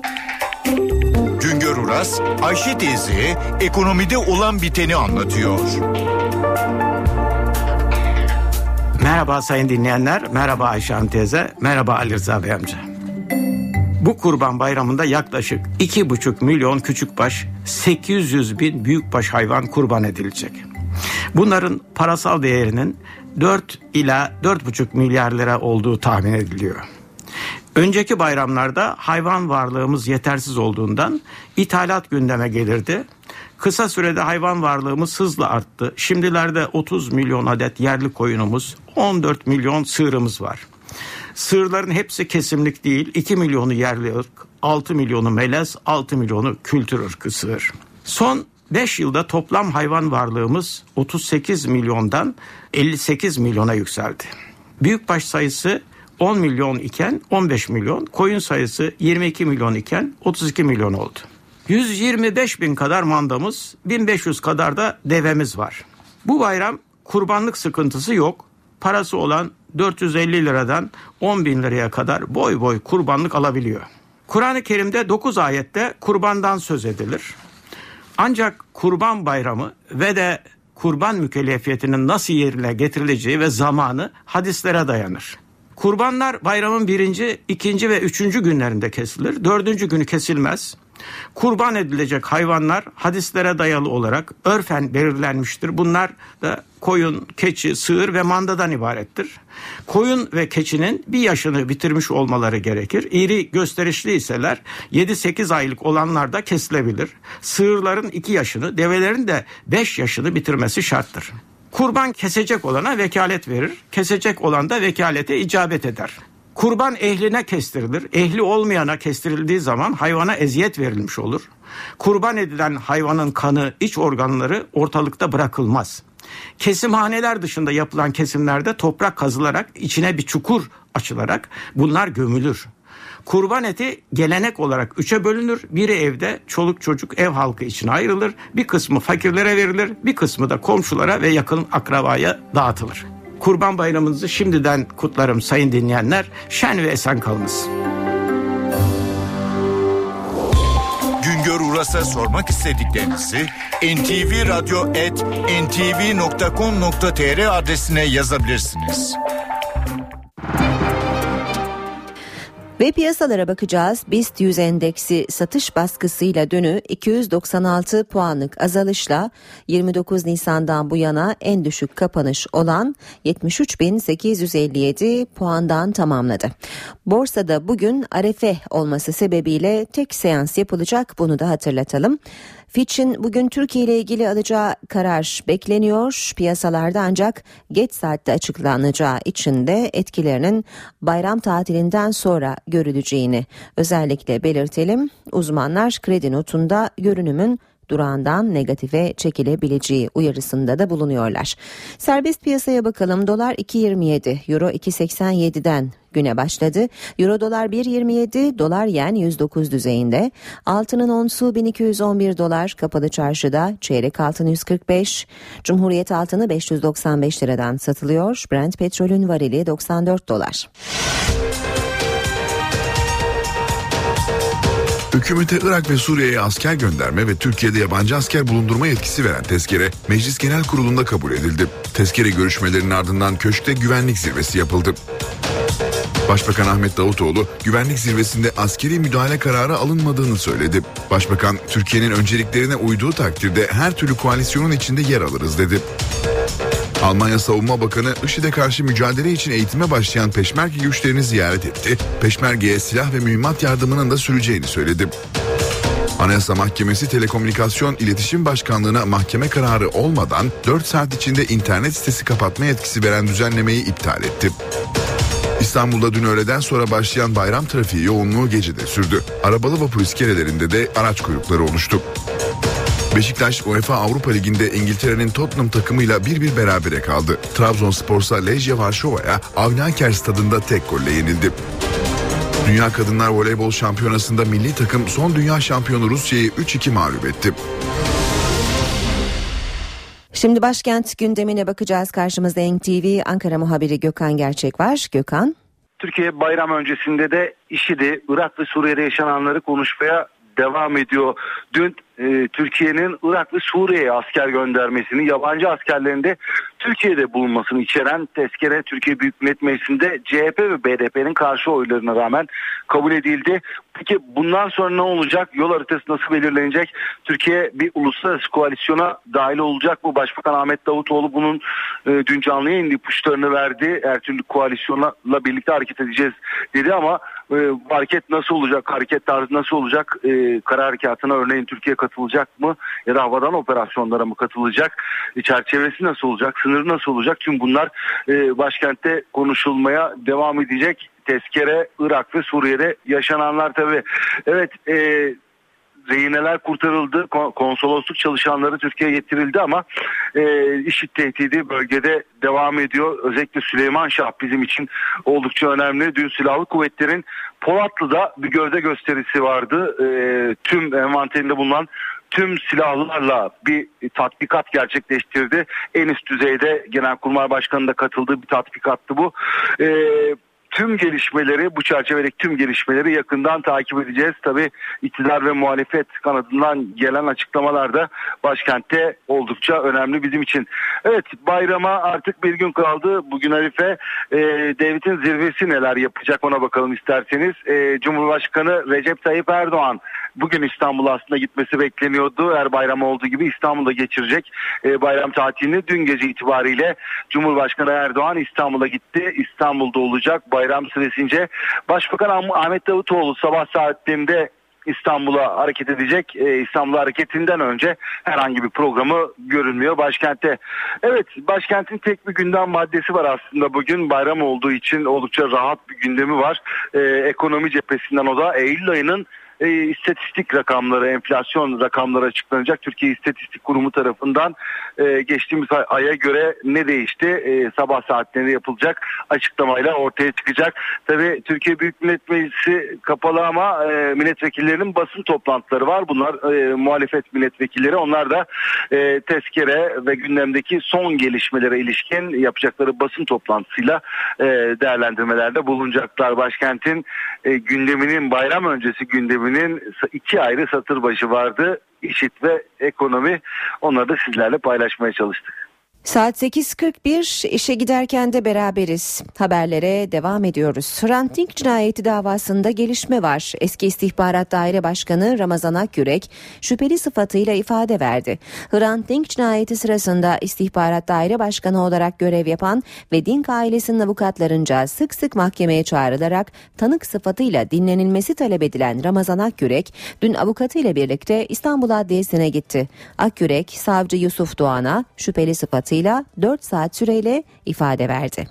[SPEAKER 26] Güngör Uras, Ayşe teyzeye ekonomide olan biteni anlatıyor.
[SPEAKER 10] Merhaba sayın dinleyenler, merhaba Ayşe Hanım teyze, merhaba Ali Rıza Bey amca. Bu Kurban Bayramı'nda yaklaşık 2,5 milyon küçükbaş, 800 bin büyükbaş hayvan kurban edilecek. Bunların parasal değerinin 4 ila 4,5 milyar lira olduğu tahmin ediliyor. Önceki bayramlarda hayvan varlığımız yetersiz olduğundan ithalat gündeme gelirdi. Kısa sürede hayvan varlığımız hızla arttı. Şimdilerde 30 milyon adet yerli koyunumuz, 14 milyon sığırımız var. Sığırların hepsi kesimlik değil. 2 milyonu yerli ırk, 6 milyonu melez, 6 milyonu kültür ırkı sığır. Son 5 yılda toplam hayvan varlığımız 38 milyondan 58 milyona yükseldi. Büyükbaş sayısı 10 milyon iken 15 milyon, koyun sayısı 22 milyon iken 32 milyon oldu. 125 bin kadar mandamız, 1500 kadar da devemiz var. Bu bayram kurbanlık sıkıntısı yok. Parası olan 450 liradan 10 bin liraya kadar boy boy kurbanlık alabiliyor. Kur'an-ı Kerim'de 9 ayette kurbandan söz edilir. Ancak kurban bayramı ve de kurban mükellefiyetinin nasıl yerine getirileceği ve zamanı hadislere dayanır. Kurbanlar bayramın 1., 2. ve 3. günlerinde kesilir. 4. günü kesilmez. Kurban edilecek hayvanlar hadislere dayalı olarak örfen belirlenmiştir. Bunlar da koyun, keçi, sığır ve mandadan ibarettir. Koyun ve keçinin 1 yaşını bitirmiş olmaları gerekir. İri gösterişli iseler 7-8 aylık olanlar da kesilebilir. Sığırların 2 yaşını, develerin de 5 yaşını bitirmesi şarttır. Kurban kesecek olana vekalet verir. Kesecek olan da vekalete icabet eder. Kurban ehline kestirilir. Ehli olmayana kestirildiği zaman hayvana eziyet verilmiş olur. Kurban edilen hayvanın kanı, iç organları ortalıkta bırakılmaz. Kesimhaneler dışında yapılan kesimlerde toprak kazılarak içine bir çukur açılarak bunlar gömülür. Kurban eti gelenek olarak 3'e bölünür. Biri evde çoluk çocuk ev halkı için ayrılır. Bir kısmı fakirlere verilir. Bir kısmı da komşulara ve yakın akrabaya dağıtılır. Kurban Bayramınızı şimdiden kutlarım sayın dinleyenler. Şen ve esen kalınız.
[SPEAKER 26] Güngör Uras'a sormak istediklerinizi ntvradyo@ntv.com.tr adresine yazabilirsiniz.
[SPEAKER 2] Ve piyasalara bakacağız. BIST 100 endeksi satış baskısıyla dünü 296 puanlık azalışla 29 Nisan'dan bu yana en düşük kapanış olan 73.857 puandan tamamladı. Borsada bugün Arefe olması sebebiyle tek seans yapılacak, bunu da hatırlatalım. Fitch'in bugün Türkiye ile ilgili alacağı karar bekleniyor. Piyasalarda ancak geç saatte açıklanacağı için de etkilerinin bayram tatilinden sonra görüleceğini özellikle belirtelim. Uzmanlar kredi notunda görünümün durağından negatife çekilebileceği uyarısında da bulunuyorlar. Serbest piyasaya bakalım. Dolar 2.27, Euro 2.87'den güne başladı. Euro dolar 1.27, dolar yen 109 düzeyinde. Altının onsu 1211 dolar, kapalı çarşıda çeyrek altın 145. Cumhuriyet altını 595 liradan satılıyor. Brent petrolün varili 94 dolar.
[SPEAKER 11] Hükümete Irak ve Suriye'ye asker gönderme ve Türkiye'de yabancı asker bulundurma yetkisi veren tezkere Meclis Genel Kurulu'nda kabul edildi. Tezkere görüşmelerinin ardından köşkte güvenlik zirvesi yapıldı. Başbakan Ahmet Davutoğlu güvenlik zirvesinde askeri müdahale kararı alınmadığını söyledi. Başbakan Türkiye'nin önceliklerine uyduğu takdirde her türlü koalisyonun içinde yer alırız dedi. Almanya Savunma Bakanı IŞİD'e karşı mücadele için eğitime başlayan Peşmerge güçlerini ziyaret etti. Peşmerge'ye silah ve mühimmat yardımının da süreceğini söyledi. Anayasa Mahkemesi Telekomünikasyon İletişim Başkanlığı'na mahkeme kararı olmadan 4 saat içinde internet sitesi kapatma yetkisi veren düzenlemeyi iptal etti. İstanbul'da dün öğleden sonra başlayan bayram trafiği yoğunluğu gecede sürdü. Arabalı vapur iskelelerinde de araç kuyrukları oluştu. Beşiktaş UEFA Avrupa Ligi'nde İngiltere'nin Tottenham takımıyla 1-1 berabere kaldı. Trabzonspor'sa Lejia Varşova'ya Avni Aker stadında tek golle yenildi. Dünya Kadınlar Voleybol Şampiyonası'nda milli takım son dünya şampiyonu Rusya'yı 3-2 mağlup etti.
[SPEAKER 2] Şimdi başkent gündemine bakacağız. Karşımızda NTV Ankara muhabiri Gökhan Gerçek var. Gökhan.
[SPEAKER 12] Türkiye bayram öncesinde de IŞİD'i, Irak ve Suriye'de yaşananları konuşmaya
[SPEAKER 4] devam ediyor. Dün Türkiye'nin Irak ve Suriye'ye asker göndermesini, yabancı askerlerin de Türkiye'de bulunmasını içeren tezkere Türkiye Büyük Millet Meclisi'nde CHP ve BDP'nin karşı oylarına rağmen kabul edildi. Peki bundan sonra ne olacak? Yol haritası nasıl belirlenecek? Türkiye bir uluslararası koalisyona dahil olacak mı? Başbakan Ahmet Davutoğlu bunun dün canlı yayın ipuçlarını verdi. Her türlü koalisyonla birlikte hareket edeceğiz dedi ama hareket nasıl olacak? Hareket tarzı nasıl olacak? Kara harekatına örneğin Türkiye katılacak mı? Ya da havadan operasyonlara mı katılacak? Çerçevesi nasıl olacak? Sınırı nasıl olacak? Tüm bunlar başkentte konuşulmaya devam edecek. Tezkere, Irak ve Suriye'de yaşananlar tabii. Evet, rehineler kurtarıldı. Konsolosluk çalışanları Türkiye'ye getirildi ama IŞİD tehdidi bölgede devam ediyor. Özellikle Süleymanşah bizim için oldukça önemli. Dün silahlı kuvvetlerin Polatlı'da bir gövde gösterisi vardı. Tüm envanterinde bulunan tüm silahlarla bir tatbikat gerçekleştirdi. En üst düzeyde Genelkurmay Başkanı'nın da katıldığı bir tatbikattı bu. Tüm gelişmeleri, bu çerçevedeki tüm gelişmeleri yakından takip edeceğiz. Tabii iktidar ve muhalefet kanadından gelen açıklamalar da başkentte oldukça önemli bizim için. Evet, bayrama artık bir gün kaldı. Bugün Arife, devletin zirvesi neler yapacak ona bakalım isterseniz. Cumhurbaşkanı Recep Tayyip Erdoğan bugün İstanbul'a aslında gitmesi bekleniyordu. Her bayram olduğu gibi İstanbul'da geçirecek bayram tatilini. Dün gece itibariyle Cumhurbaşkanı Erdoğan İstanbul'a gitti. İstanbul'da olacak bayram süresince. Başbakan Ahmet Davutoğlu sabah saatlerinde İstanbul'a hareket edecek. İstanbul'a hareketinden önce herhangi bir programı görünmüyor başkentte. Evet, başkentin tek bir gündem maddesi var aslında bugün. Bayram olduğu için oldukça rahat bir gündemi var. Ekonomi cephesinden o da Eylül ayının istatistik rakamları, enflasyon rakamları açıklanacak. Türkiye İstatistik Kurumu tarafından geçtiğimiz aya göre ne değişti? Sabah saatlerinde yapılacak açıklamayla ortaya çıkacak. Tabii Türkiye Büyük Millet Meclisi kapalı ama milletvekillerinin basın toplantıları var. Bunlar muhalefet milletvekilleri. Onlar da tezkere ve gündemdeki son gelişmelere ilişkin yapacakları basın toplantısıyla değerlendirmelerde bulunacaklar. Başkentin gündeminin, bayram öncesi gündeminin iki ayrı satır başı vardı. İŞİD ve ekonomi. Onları da sizlerle paylaşmaya çalıştık.
[SPEAKER 2] Saat 8.41, işe giderken de beraberiz. Haberlere devam ediyoruz. Hrant Dink cinayeti davasında gelişme var. Eski İstihbarat Daire Başkanı Ramazan Akgürek şüpheli sıfatıyla ifade verdi. Hrant Dink cinayeti sırasında İstihbarat Daire Başkanı olarak görev yapan ve Dink ailesinin avukatlarınca sık sık mahkemeye çağrılarak tanık sıfatıyla dinlenilmesi talep edilen Ramazan Akgürek dün avukatıyla birlikte İstanbul Adliyesi'ne gitti. Akgürek, savcı Yusuf Doğan'a şüpheli sıfatıyla 4 saat süreyle ifade verdi.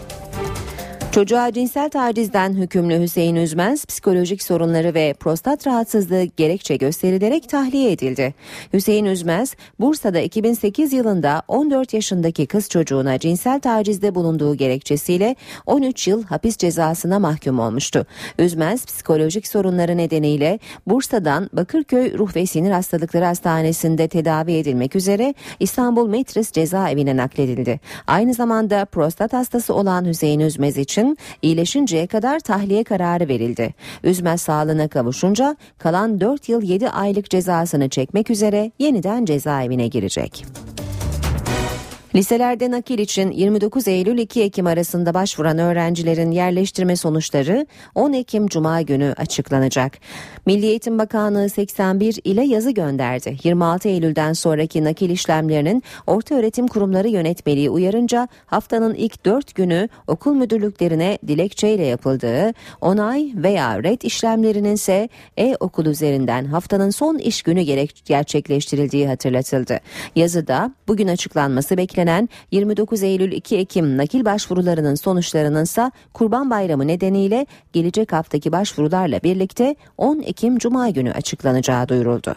[SPEAKER 2] Çocuğa cinsel tacizden hükümlü Hüseyin Üzmez, psikolojik sorunları ve prostat rahatsızlığı gerekçe gösterilerek tahliye edildi. Hüseyin Üzmez, Bursa'da 2008 yılında 14 yaşındaki kız çocuğuna cinsel tacizde bulunduğu gerekçesiyle 13 yıl hapis cezasına mahkum olmuştu. Üzmez, psikolojik sorunları nedeniyle Bursa'dan Bakırköy Ruh ve Sinir Hastalıkları Hastanesi'nde tedavi edilmek üzere İstanbul Metris Cezaevine nakledildi. Aynı zamanda prostat hastası olan Hüseyin Üzmez için iyileşinceye kadar tahliye kararı verildi. Üzmez sağlığına kavuşunca kalan 4 yıl 7 aylık cezasını çekmek üzere yeniden cezaevine girecek. Liselerde nakil için 29 Eylül-2 Ekim arasında başvuran öğrencilerin yerleştirme sonuçları 10 Ekim Cuma günü açıklanacak. Milli Eğitim Bakanlığı 81 ile yazı gönderdi. 26 Eylül'den sonraki nakil işlemlerinin Ortaöğretim Kurumları Yönetmeliği uyarınca haftanın ilk 4 günü okul müdürlüklerine dilekçeyle yapıldığı, onay veya ret işlemlerinin ise e-okul üzerinden haftanın son iş günü gerçekleştirildiği hatırlatıldı. Yazıda bugün açıklanması beklenen 29 Eylül-2 Ekim nakil başvurularının sonuçlarının ise Kurban Bayramı nedeniyle gelecek haftaki başvurularla birlikte 10 Ekim Cuma günü açıklanacağı duyuruldu.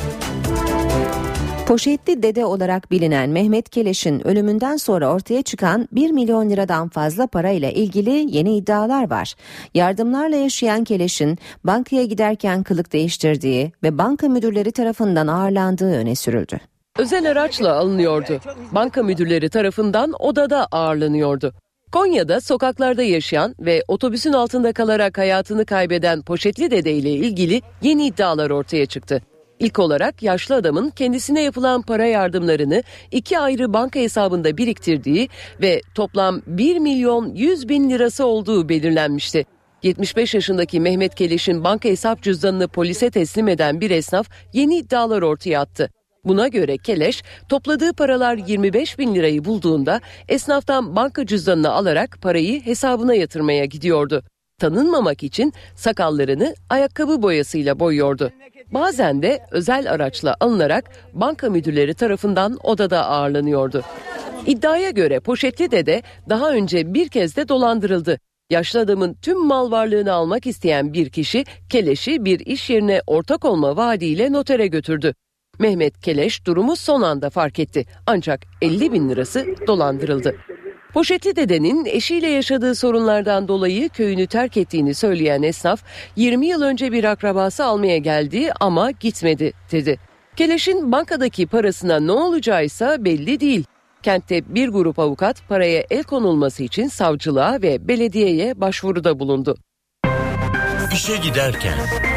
[SPEAKER 2] Poşetli dede olarak bilinen Mehmet Keleş'in ölümünden sonra ortaya çıkan 1 milyon liradan fazla parayla ilgili yeni iddialar var. Yardımlarla yaşayan Keleş'in bankaya giderken kılık değiştirdiği ve banka müdürleri tarafından ağırlandığı öne sürüldü.
[SPEAKER 12] Özel araçla alınıyordu. Banka müdürleri tarafından odada ağırlanıyordu.
[SPEAKER 6] Konya'da sokaklarda yaşayan ve otobüsün altında kalarak hayatını kaybeden Poşetli Dede ile ilgili yeni iddialar ortaya çıktı. İlk olarak yaşlı adamın kendisine yapılan para yardımlarını 2 ayrı banka hesabında biriktirdiği ve toplam 1.100.000 lirası olduğu belirlenmişti. 75 yaşındaki Mehmet Keleş'in banka hesap cüzdanını polise teslim eden bir esnaf yeni iddialar ortaya attı. Buna göre Keleş topladığı paralar 25.000 lirayı bulduğunda esnaftan banka cüzdanını alarak parayı hesabına yatırmaya gidiyordu. Tanınmamak için sakallarını ayakkabı boyasıyla boyuyordu. Bazen de özel araçla alınarak banka müdürleri tarafından odada ağırlanıyordu. İddiaya göre Poşetli Dede daha önce bir kez de dolandırıldı. Yaşlı adamın tüm mal varlığını almak isteyen bir kişi Keleş'i bir iş yerine ortak olma vaadiyle notere götürdü. Mehmet Keleş durumu son anda fark etti ancak 50.000 lirası dolandırıldı. Poşetli Dede'nin eşiyle yaşadığı sorunlardan dolayı köyünü terk ettiğini söyleyen esnaf 20 yıl önce bir akrabası almaya geldi ama gitmedi dedi. Keleş'in bankadaki parasına ne olacağıysa belli değil. Kentte bir grup avukat paraya el konulması için savcılığa ve belediyeye başvuruda bulundu.
[SPEAKER 9] İşe giderken.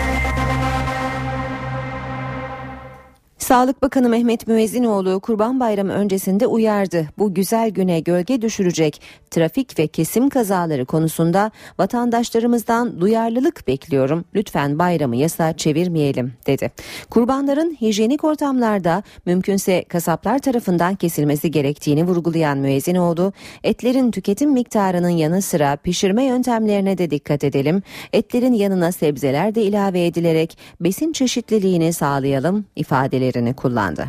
[SPEAKER 2] Sağlık Bakanı Mehmet Müezzinoğlu Kurban Bayramı öncesinde uyardı. Bu güzel güne gölge düşürecek trafik ve kesim kazaları konusunda vatandaşlarımızdan duyarlılık bekliyorum. Lütfen bayramı yasa çevirmeyelim dedi. Kurbanların hijyenik ortamlarda mümkünse kasaplar tarafından kesilmesi gerektiğini vurgulayan Müezzinoğlu, etlerin tüketim miktarının yanı sıra pişirme yöntemlerine de dikkat edelim. Etlerin yanına sebzeler de ilave edilerek besin çeşitliliğini sağlayalım ifadeleri kullandı.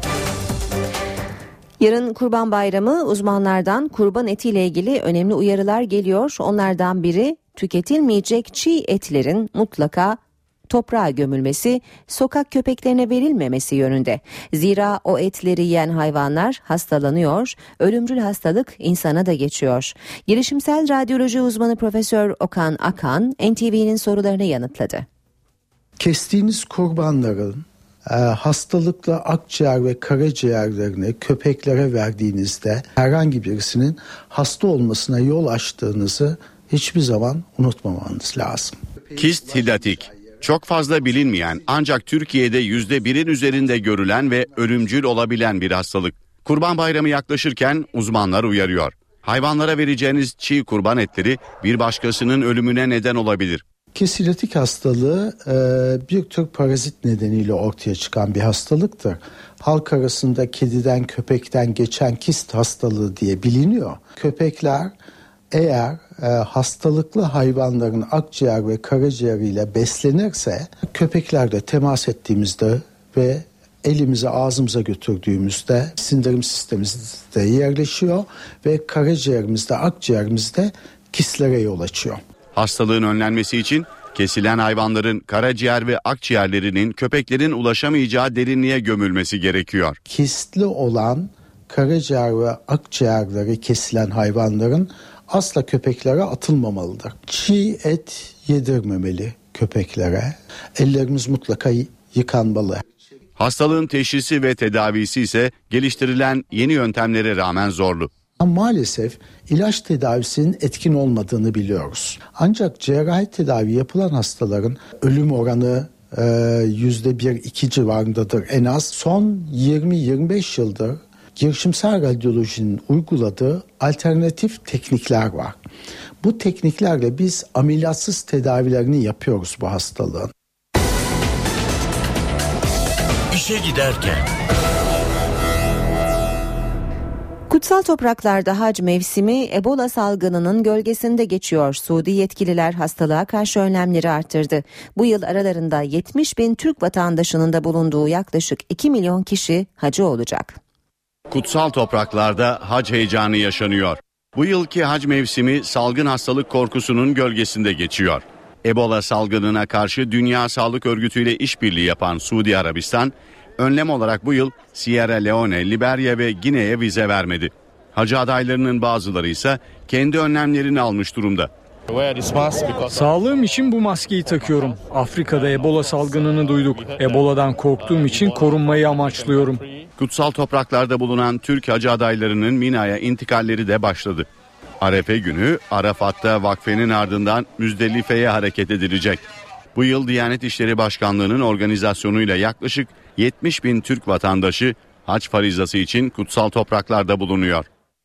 [SPEAKER 2] Yarın Kurban Bayramı, uzmanlardan kurban etiyle ilgili önemli uyarılar geliyor. Onlardan biri tüketilmeyecek çiğ etlerin mutlaka toprağa gömülmesi, sokak köpeklerine verilmemesi yönünde. Zira o etleri yiyen hayvanlar hastalanıyor, ölümcül hastalık insana da geçiyor. Girişimsel radyoloji uzmanı Profesör Okan Akan, NTV'nin sorularını yanıtladı.
[SPEAKER 12] Kestiğiniz kurbanların hastalıkla akciğer ve karaciğerlerini köpeklere verdiğinizde herhangi birisinin hasta olmasına yol açtığınızı hiçbir zaman unutmamanız lazım.
[SPEAKER 3] Kist hidatik, çok fazla bilinmeyen ancak Türkiye'de %1'in üzerinde görülen ve ölümcül olabilen bir hastalık. Kurban Bayramı yaklaşırken uzmanlar uyarıyor. Hayvanlara vereceğiniz çiğ kurban etleri bir başkasının ölümüne neden olabilir.
[SPEAKER 12] Kist hidatik hastalığı bir tür parazit nedeniyle ortaya çıkan bir hastalıktır. Halk arasında kediden köpekten geçen kist hastalığı diye biliniyor. Köpekler eğer hastalıklı hayvanların akciğer ve karaciğeriyle beslenirse, köpeklerle temas ettiğimizde ve elimize ağzımıza götürdüğümüzde sindirim sistemimizde yerleşiyor ve karaciğerimizde, akciğerimizde kistlere yol açıyor.
[SPEAKER 3] Hastalığın önlenmesi için kesilen hayvanların karaciğer ve akciğerlerinin köpeklerin ulaşamayacağı derinliğe gömülmesi gerekiyor.
[SPEAKER 12] Kistli olan karaciğer ve akciğerleri kesilen hayvanların asla köpeklere atılmamalıdır. Çiğ et yedirmemeli köpeklere. Ellerimiz mutlaka yıkanmalı.
[SPEAKER 3] Hastalığın teşhisi ve tedavisi ise geliştirilen yeni yöntemlere rağmen zorlu.
[SPEAKER 12] Maalesef ilaç tedavisinin etkin olmadığını biliyoruz. Ancak cerrahi tedavi yapılan hastaların ölüm oranı %1-2 civarındadır en az. Son 20-25 yıldır girişimsel radyolojinin uyguladığı alternatif teknikler var. Bu tekniklerle biz ameliyatsız tedavilerini yapıyoruz bu hastalığın.
[SPEAKER 9] İşe giderken.
[SPEAKER 2] Kutsal topraklarda hac mevsimi Ebola salgınının gölgesinde geçiyor. Suudi yetkililer hastalığa karşı önlemleri arttırdı. Bu yıl aralarında 70.000 Türk vatandaşının da bulunduğu yaklaşık 2 milyon kişi hacı olacak.
[SPEAKER 3] Kutsal topraklarda hac heyecanı yaşanıyor. Bu yılki hac mevsimi salgın hastalık korkusunun gölgesinde geçiyor. Ebola salgınına karşı Dünya Sağlık Örgütü ile işbirliği yapan Suudi Arabistan, önlem olarak bu yıl Sierra Leone, Liberya ve Gine'ye vize vermedi. Hacı adaylarının bazıları ise kendi önlemlerini almış durumda.
[SPEAKER 7] Sağlığım için bu maskeyi takıyorum. Afrika'da Ebola salgınını duyduk. Ebola'dan korktuğum için korunmayı amaçlıyorum.
[SPEAKER 3] Kutsal topraklarda bulunan Türk hacı adaylarının Mina'ya intikalleri de başladı. Arefe günü Arafat'ta vakfenin ardından Müzdelife'ye hareket edilecek. Bu yıl Diyanet İşleri Başkanlığı'nın organizasyonuyla yaklaşık 70 bin Türk vatandaşı hac farizası için kutsal topraklarda bulunuyor.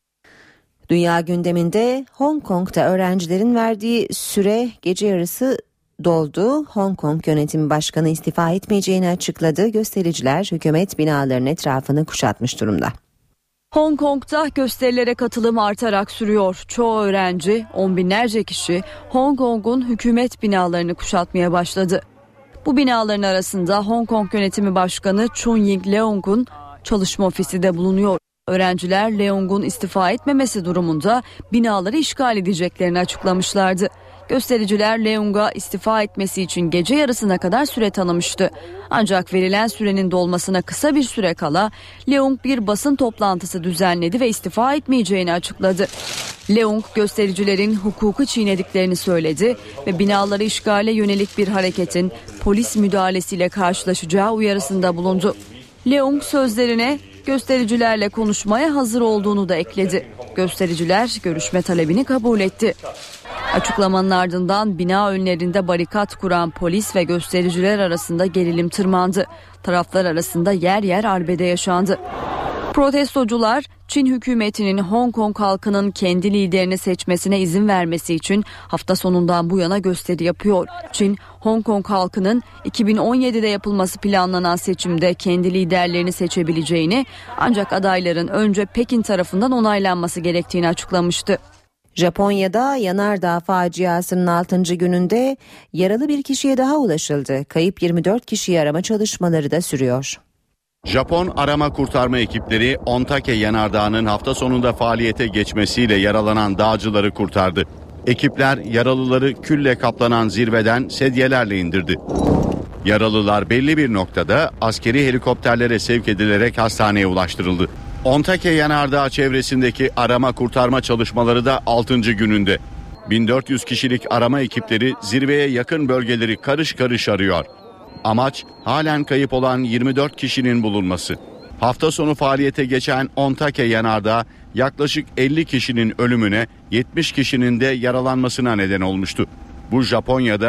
[SPEAKER 2] Dünya gündeminde Hong Kong'da öğrencilerin verdiği süre gece yarısı doldu. Hong Kong Yönetim Başkanı istifa etmeyeceğini açıkladı. Göstericiler hükümet binalarının etrafını kuşatmış durumda.
[SPEAKER 24] Hong Kong'da gösterilere katılım artarak sürüyor. Çoğu öğrenci, on binlerce kişi Hong Kong'un hükümet binalarını kuşatmaya başladı. Bu binaların arasında Hong Kong Yönetimi Başkanı Chun Ying-leung'un çalışma ofisi de bulunuyor. Öğrenciler Leung'un istifa etmemesi durumunda binaları işgal edeceklerini açıklamışlardı. Göstericiler Leung'a istifa etmesi için gece yarısına kadar süre tanımıştı. Ancak verilen sürenin dolmasına kısa bir süre kala Leung bir basın toplantısı düzenledi ve istifa etmeyeceğini açıkladı. Leung göstericilerin hukuku çiğnediklerini söyledi ve binaları işgale yönelik bir hareketin polis müdahalesiyle karşılaşacağı uyarısında bulundu. Leung sözlerine göstericilerle konuşmaya hazır olduğunu da ekledi. Göstericiler görüşme talebini kabul etti. Açıklamanın ardından bina önlerinde barikat kuran polis ve göstericiler arasında gerilim tırmandı. Taraflar arasında yer yer arbede yaşandı. Protestocular Çin hükümetinin Hong Kong halkının kendi liderini seçmesine izin vermesi için hafta sonundan bu yana gösteri yapıyor. Çin, Hong Kong halkının 2017'de yapılması planlanan seçimde kendi liderlerini seçebileceğini, ancak adayların önce Pekin tarafından onaylanması gerektiğini açıklamıştı.
[SPEAKER 2] Japonya'da yanardağ faciasının 6. gününde yaralı bir kişiye daha ulaşıldı. Kayıp 24 kişiyi arama çalışmaları da sürüyor.
[SPEAKER 3] Japon arama kurtarma ekipleri Ontake yanardağının hafta sonunda faaliyete geçmesiyle yaralanan dağcıları kurtardı. Ekipler yaralıları külle kaplanan zirveden sedyelerle indirdi. Yaralılar belli bir noktada askeri helikopterlere sevk edilerek hastaneye ulaştırıldı. Ontake yanardağı çevresindeki arama kurtarma çalışmaları da 6. gününde. 1400 kişilik arama ekipleri zirveye yakın bölgeleri karış karış arıyor. Amaç halen kayıp olan 24 kişinin bulunması. Hafta sonu faaliyete geçen Ontake yanardağı yaklaşık 50 kişinin ölümüne, 70 kişinin de yaralanmasına neden olmuştu. Bu Japonya'da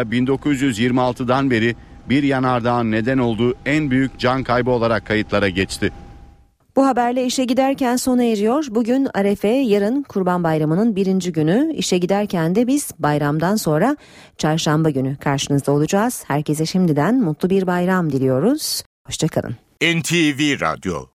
[SPEAKER 3] 1926'dan beri bir yanardağın neden olduğu en büyük can kaybı olarak kayıtlara geçti.
[SPEAKER 2] Bu haberle işe giderken sona eriyor. Bugün Arefe, yarın Kurban Bayramı'nın 1. günü. İşe giderken de biz bayramdan sonra çarşamba günü karşınızda olacağız. Herkese şimdiden mutlu bir bayram diliyoruz. Hoşça kalın.
[SPEAKER 26] NTV Radyo